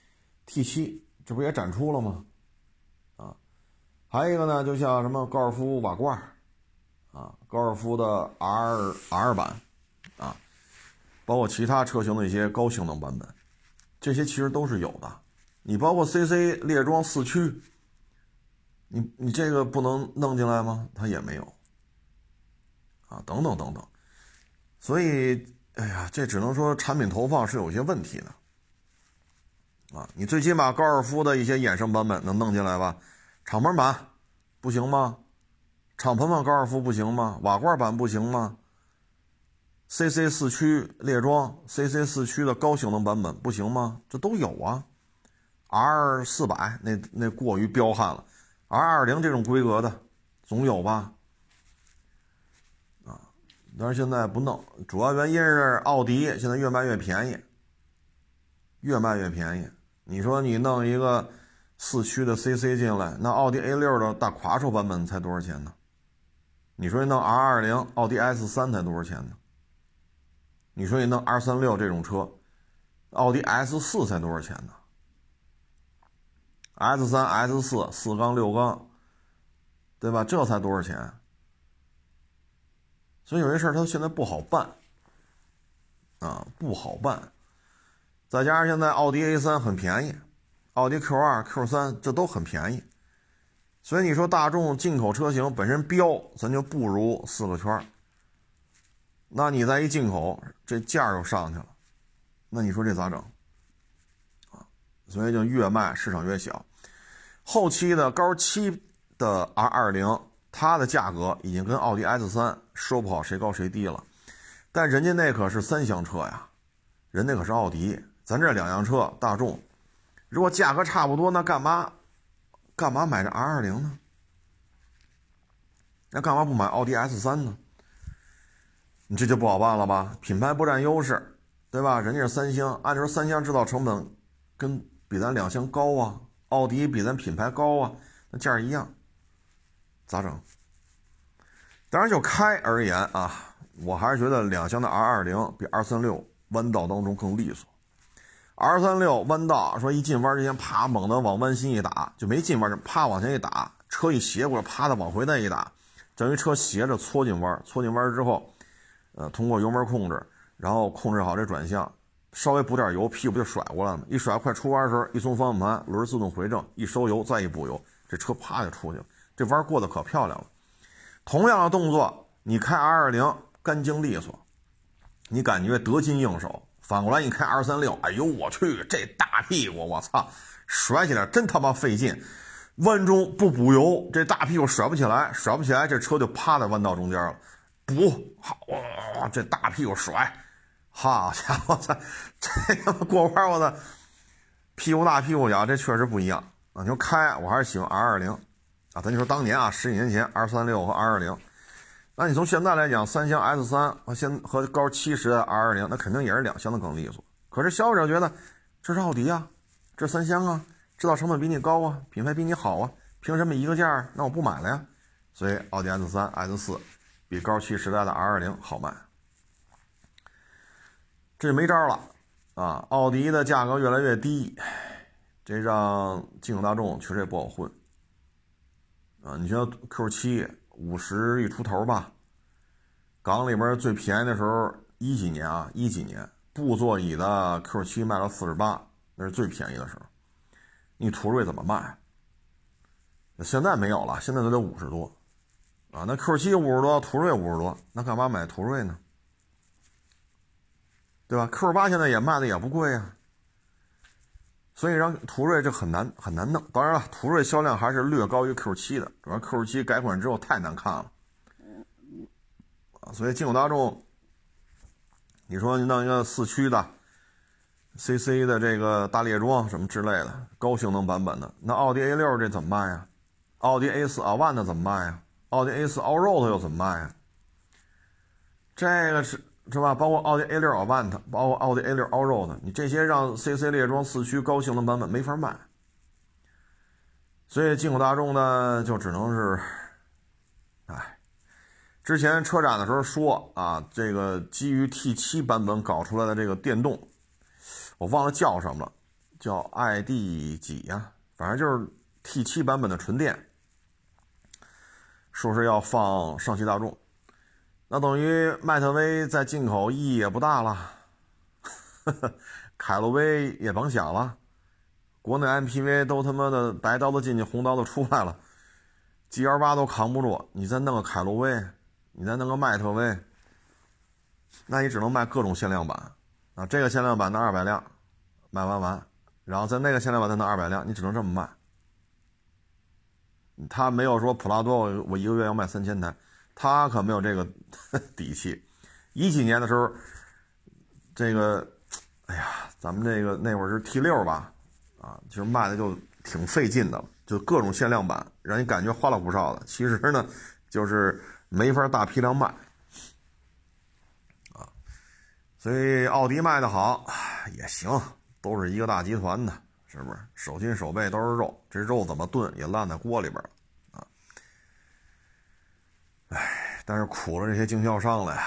T 七 这不也展出了吗？啊，还有一个呢，就像什么高尔夫瓦罐啊，高尔夫的 R R 版啊，包括其他车型的一些高性能版本，这些其实都是有的。你包括 C C 猎装四驱，你你这个不能弄进来吗？它也没有啊，等等等等。所以，哎呀，这只能说产品投放是有些问题的啊。你最起码高尔夫的一些衍生版本能弄进来吧？敞篷版不行吗？敞篷版高尔夫不行吗？瓦罐版不行吗？ C C 四驱猎装 C C 四驱的高性能版本不行吗？这都有啊。R 四百 那那过于彪悍了， R 二十 这种规格的总有吧。啊，但是现在不弄，主要原因是奥迪现在越卖越便宜，越卖越便宜。你说你弄一个四驱的 C C 进来，那奥迪 A 六 的大垮手版本才多少钱呢？你说你弄 R 二十 奥迪 S 三 才多少钱呢？你说你弄 R 三十六 这种车，奥迪 S 四 才多少钱呢？ S 三 S 四 四缸六缸，对吧？这才多少钱？所以有些事儿它现在不好办啊，不好办。再加上现在奥迪 A 三 很便宜，奥迪 Q 二 Q 三 这都很便宜，所以你说大众进口车型本身标咱就不如四个圈，那你再一进口，这价又上去了，那你说这咋整啊？所以就越卖市场越小。后期的高七的 R 二十 它的价格已经跟奥迪 S 三 说不好谁高谁低了，但人家那可是三厢车呀，人那可是奥迪，咱这两辆车大众，如果价格差不多，那干嘛干嘛买这 R 二十 呢？那干嘛不买奥迪 S 三 呢？你这就不好办了吧？品牌不占优势，对吧？人家是三厢，按说三厢制造成本跟比咱两厢高啊，奥迪比咱品牌高啊，那价一样，咋整？当然就开而言啊，我还是觉得两厢的 R 二十 比 R 三十六 弯道当中更利索。R 三十六 弯道说一进弯之前啪猛地往弯心一打，就没进弯，啪往前一打，车一斜过来啪的往回再一打，等于车斜着搓进弯，搓进弯之后呃，通过油门控制，然后控制好这转向，稍微补点油，屁股就甩过来了。一甩快出弯的时候，一松方向盘，轮自动回正，一收油，再一补油，这车啪就出去了。这弯过得可漂亮了。同样的动作，你开 R 二十 干净利索，你感觉得心应手。反过来你开 R 三十六，哎呦我去，这大屁股，我操，甩起来真他妈费劲。弯中不补油，这大屁股甩不起来，甩不起来，这车就趴在弯道中间了。补好，哇，这大屁股甩，好家伙，这他妈过弯我的屁股大屁股小，这确实不一样啊！你说开，我还是喜欢 R 二十 啊，咱就说当年啊，十几年前 R 三十六和 R 二十，那你从现在来讲，三厢 S 三和现和高七十的 R 二十，那肯定也是两厢的更利索。可是消费者觉得这是奥迪啊，这三厢啊，制造成本比你高啊，品牌比你好啊，凭什么一个价？那我不买了呀。所以奥迪 S 三、S 四。比高七时代的 R 二十 好卖，这没招了啊！奥迪的价格越来越低，这让进口大众确实也不好混啊！你像 Q 七五十一出头吧，港里边最便宜的时候一几年啊，一几年布座椅的 Q 七卖到四十八，那是最便宜的时候。你途锐怎么卖？现在没有了，现在都得五十多。啊，那 Q 七五十多，途锐五十多，那干嘛买途锐呢？对吧 ？Q 八现在也卖的也不贵啊，所以让途锐这很难很难弄。当然了，途锐销量还是略高于 Q 七的，主要 Q 七改款之后太难看了啊，所以进口大众，你说你弄一个四驱的 C C 的这个大猎装什么之类的高性能版本的，那奥迪 A 六 这怎么卖呀？奥迪 A 四 Avant 怎么卖呀？奥迪 A 四 Allroad 又怎么卖呀？这个是是吧？包括奥迪 A 六 Avant， 包括奥迪 A 六 Allroad， 你这些让 C C 猎装四驱高性能版本没法卖，所以进口大众呢就只能是，哎，之前车展的时候说啊，这个基于 T 七 版本搞出来的这个电动，我忘了叫什么了， 叫 I D 几呀，反正就是 T 七 版本的纯电，说是要放上汽大众，那等于迈特威在进口意义也不大了，凯路威也甭想了，国内 M P V 都他妈的白刀子进去红刀子出来了， G L 八 都扛不住，你再弄个凯路威，你再弄个迈特威，那你只能卖各种限量版啊，这个限量版的二百辆卖完完，然后在那个限量版的那二百辆，你只能这么卖。他没有说普拉多我我一个月要卖三千台，他可没有这个底气。一几年的时候，这个，哎呀，咱们这个那会儿是 T 六 吧，啊，其实卖的就挺费劲的了，就各种限量版，让你感觉花里胡哨的。其实呢，就是没法大批量卖，啊，所以奥迪卖的好也行，都是一个大集团的。是不是手心手背都是肉？这肉怎么炖也烂在锅里边了啊！哎，但是苦了这些经销商了呀，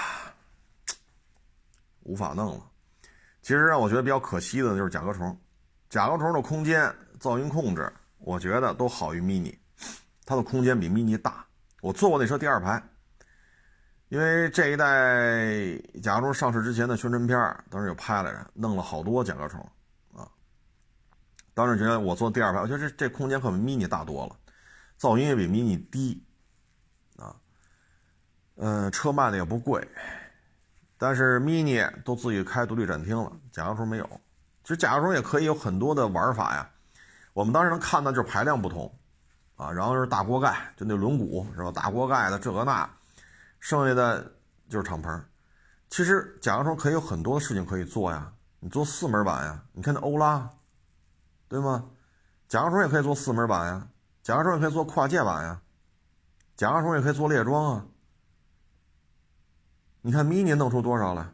无法弄了。其实让我觉得比较可惜的就是甲壳虫，甲壳虫的空间、噪音控制，我觉得都好于 mini， 它的空间比 mini 大。我坐过那车第二排，因为这一代甲壳虫上市之前的宣传片，当时有拍来着，弄了好多甲壳虫。当时觉得我坐第二排，我觉得这这空间可比 mini 大多了，噪音也比 mini 低，啊，嗯、呃，车卖的也不贵，但是 mini 都自己开独立展厅了，甲壳虫没有。其实甲壳虫也可以有很多的玩法呀，我们当时能看到就是排量不同，啊，然后是大锅盖，就那轮毂是吧？大锅盖的这个那，剩下的就是敞篷。其实甲壳虫可以有很多的事情可以做呀，你做四门版呀，你看那欧拉。对吗？甲壳虫也可以做四门版呀，甲壳虫也可以做跨界版呀，甲壳虫也可以做猎装啊。你看 mini 弄出多少来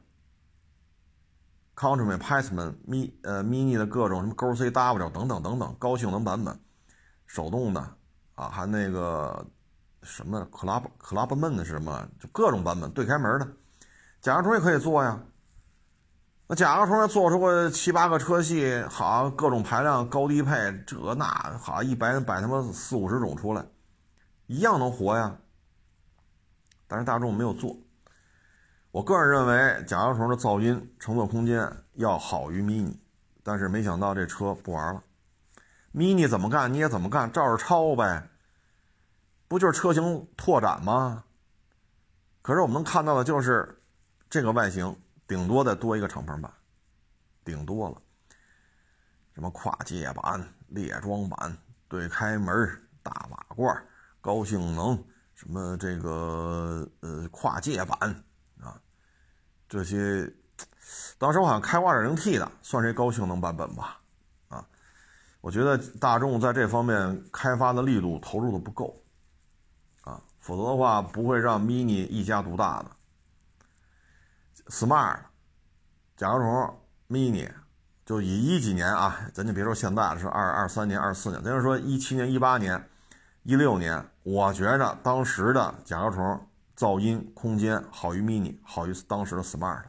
？Countryman、Passman、Mi 呃 mini 的各种什么 Go C W 等等等等高性能版本，手动的啊，还那个什么 Club Clubman 的是什么，就各种版本对开门的，甲壳虫也可以做呀。那甲壳虫做出个七八个车系，好各种排量高低配，这那好一摆摆他妈四五十种出来，一样能活呀。但是大众没有做。我个人认为甲壳虫的噪音乘坐空间要好于 mini， 但是没想到这车不玩了。mini 怎么干你也怎么干，照着抄呗，不就是车型拓展吗？可是我们能看到的就是这个外形。顶多再多一个敞篷版，顶多了。什么跨界版、猎装版、对开门、大瓦罐、高性能，什么这个呃跨界版啊，这些，当时我好像开 二点零 T 的，算是一高性能版本吧，啊，我觉得大众在这方面开发的力度投入的不够，啊，否则的话不会让 mini 一家独大的。Smart、甲壳虫、mini， 就以一几年啊，咱就别说现在了，是二二三年、二四年，咱就说一七年、一八年、一六年，我觉着当时的甲壳虫噪音空间好于 mini， 好于当时的 Smart。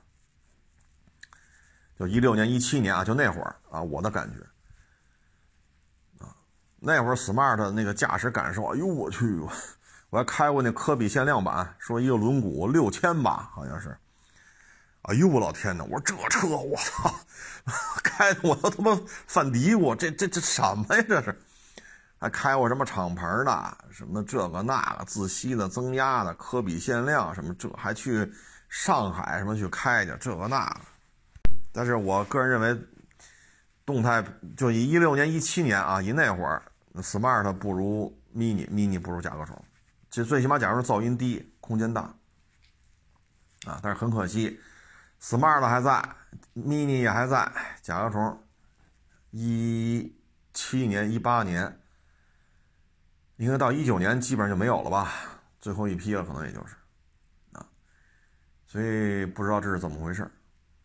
就一六年、一七年啊，就那会儿啊，我的感觉啊，那会儿 Smart 那个驾驶感受，哎呦我去，我还开过那科比限量版，说一个轮毂六千吧，好像是。哎呦我老天哪！我说这车我操，开的我都他妈犯嘀咕，这这这什么呀这是？还开过什么敞篷的，什么这个那个自吸的、增压的、科比限量什么这，还去上海什么去开去这个那个。但是我个人认为，动态就以一六年、一七年啊，以那会儿 ，Smart 不如 Mini，Mini 不如甲壳虫。其实最起码甲壳虫噪音低，空间大啊，但是很可惜。Smart 还在 ，mini 也还在，甲壳虫一七年、一八年，应该到一九年基本上就没有了吧，最后一批了，可能也就是啊，所以不知道这是怎么回事。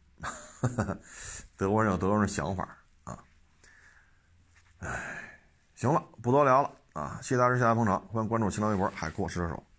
德国人有德国人的想法啊，哎，行了，不多聊了啊，谢谢大家，谢谢大家捧场，欢迎关注新浪微博海阔试车手。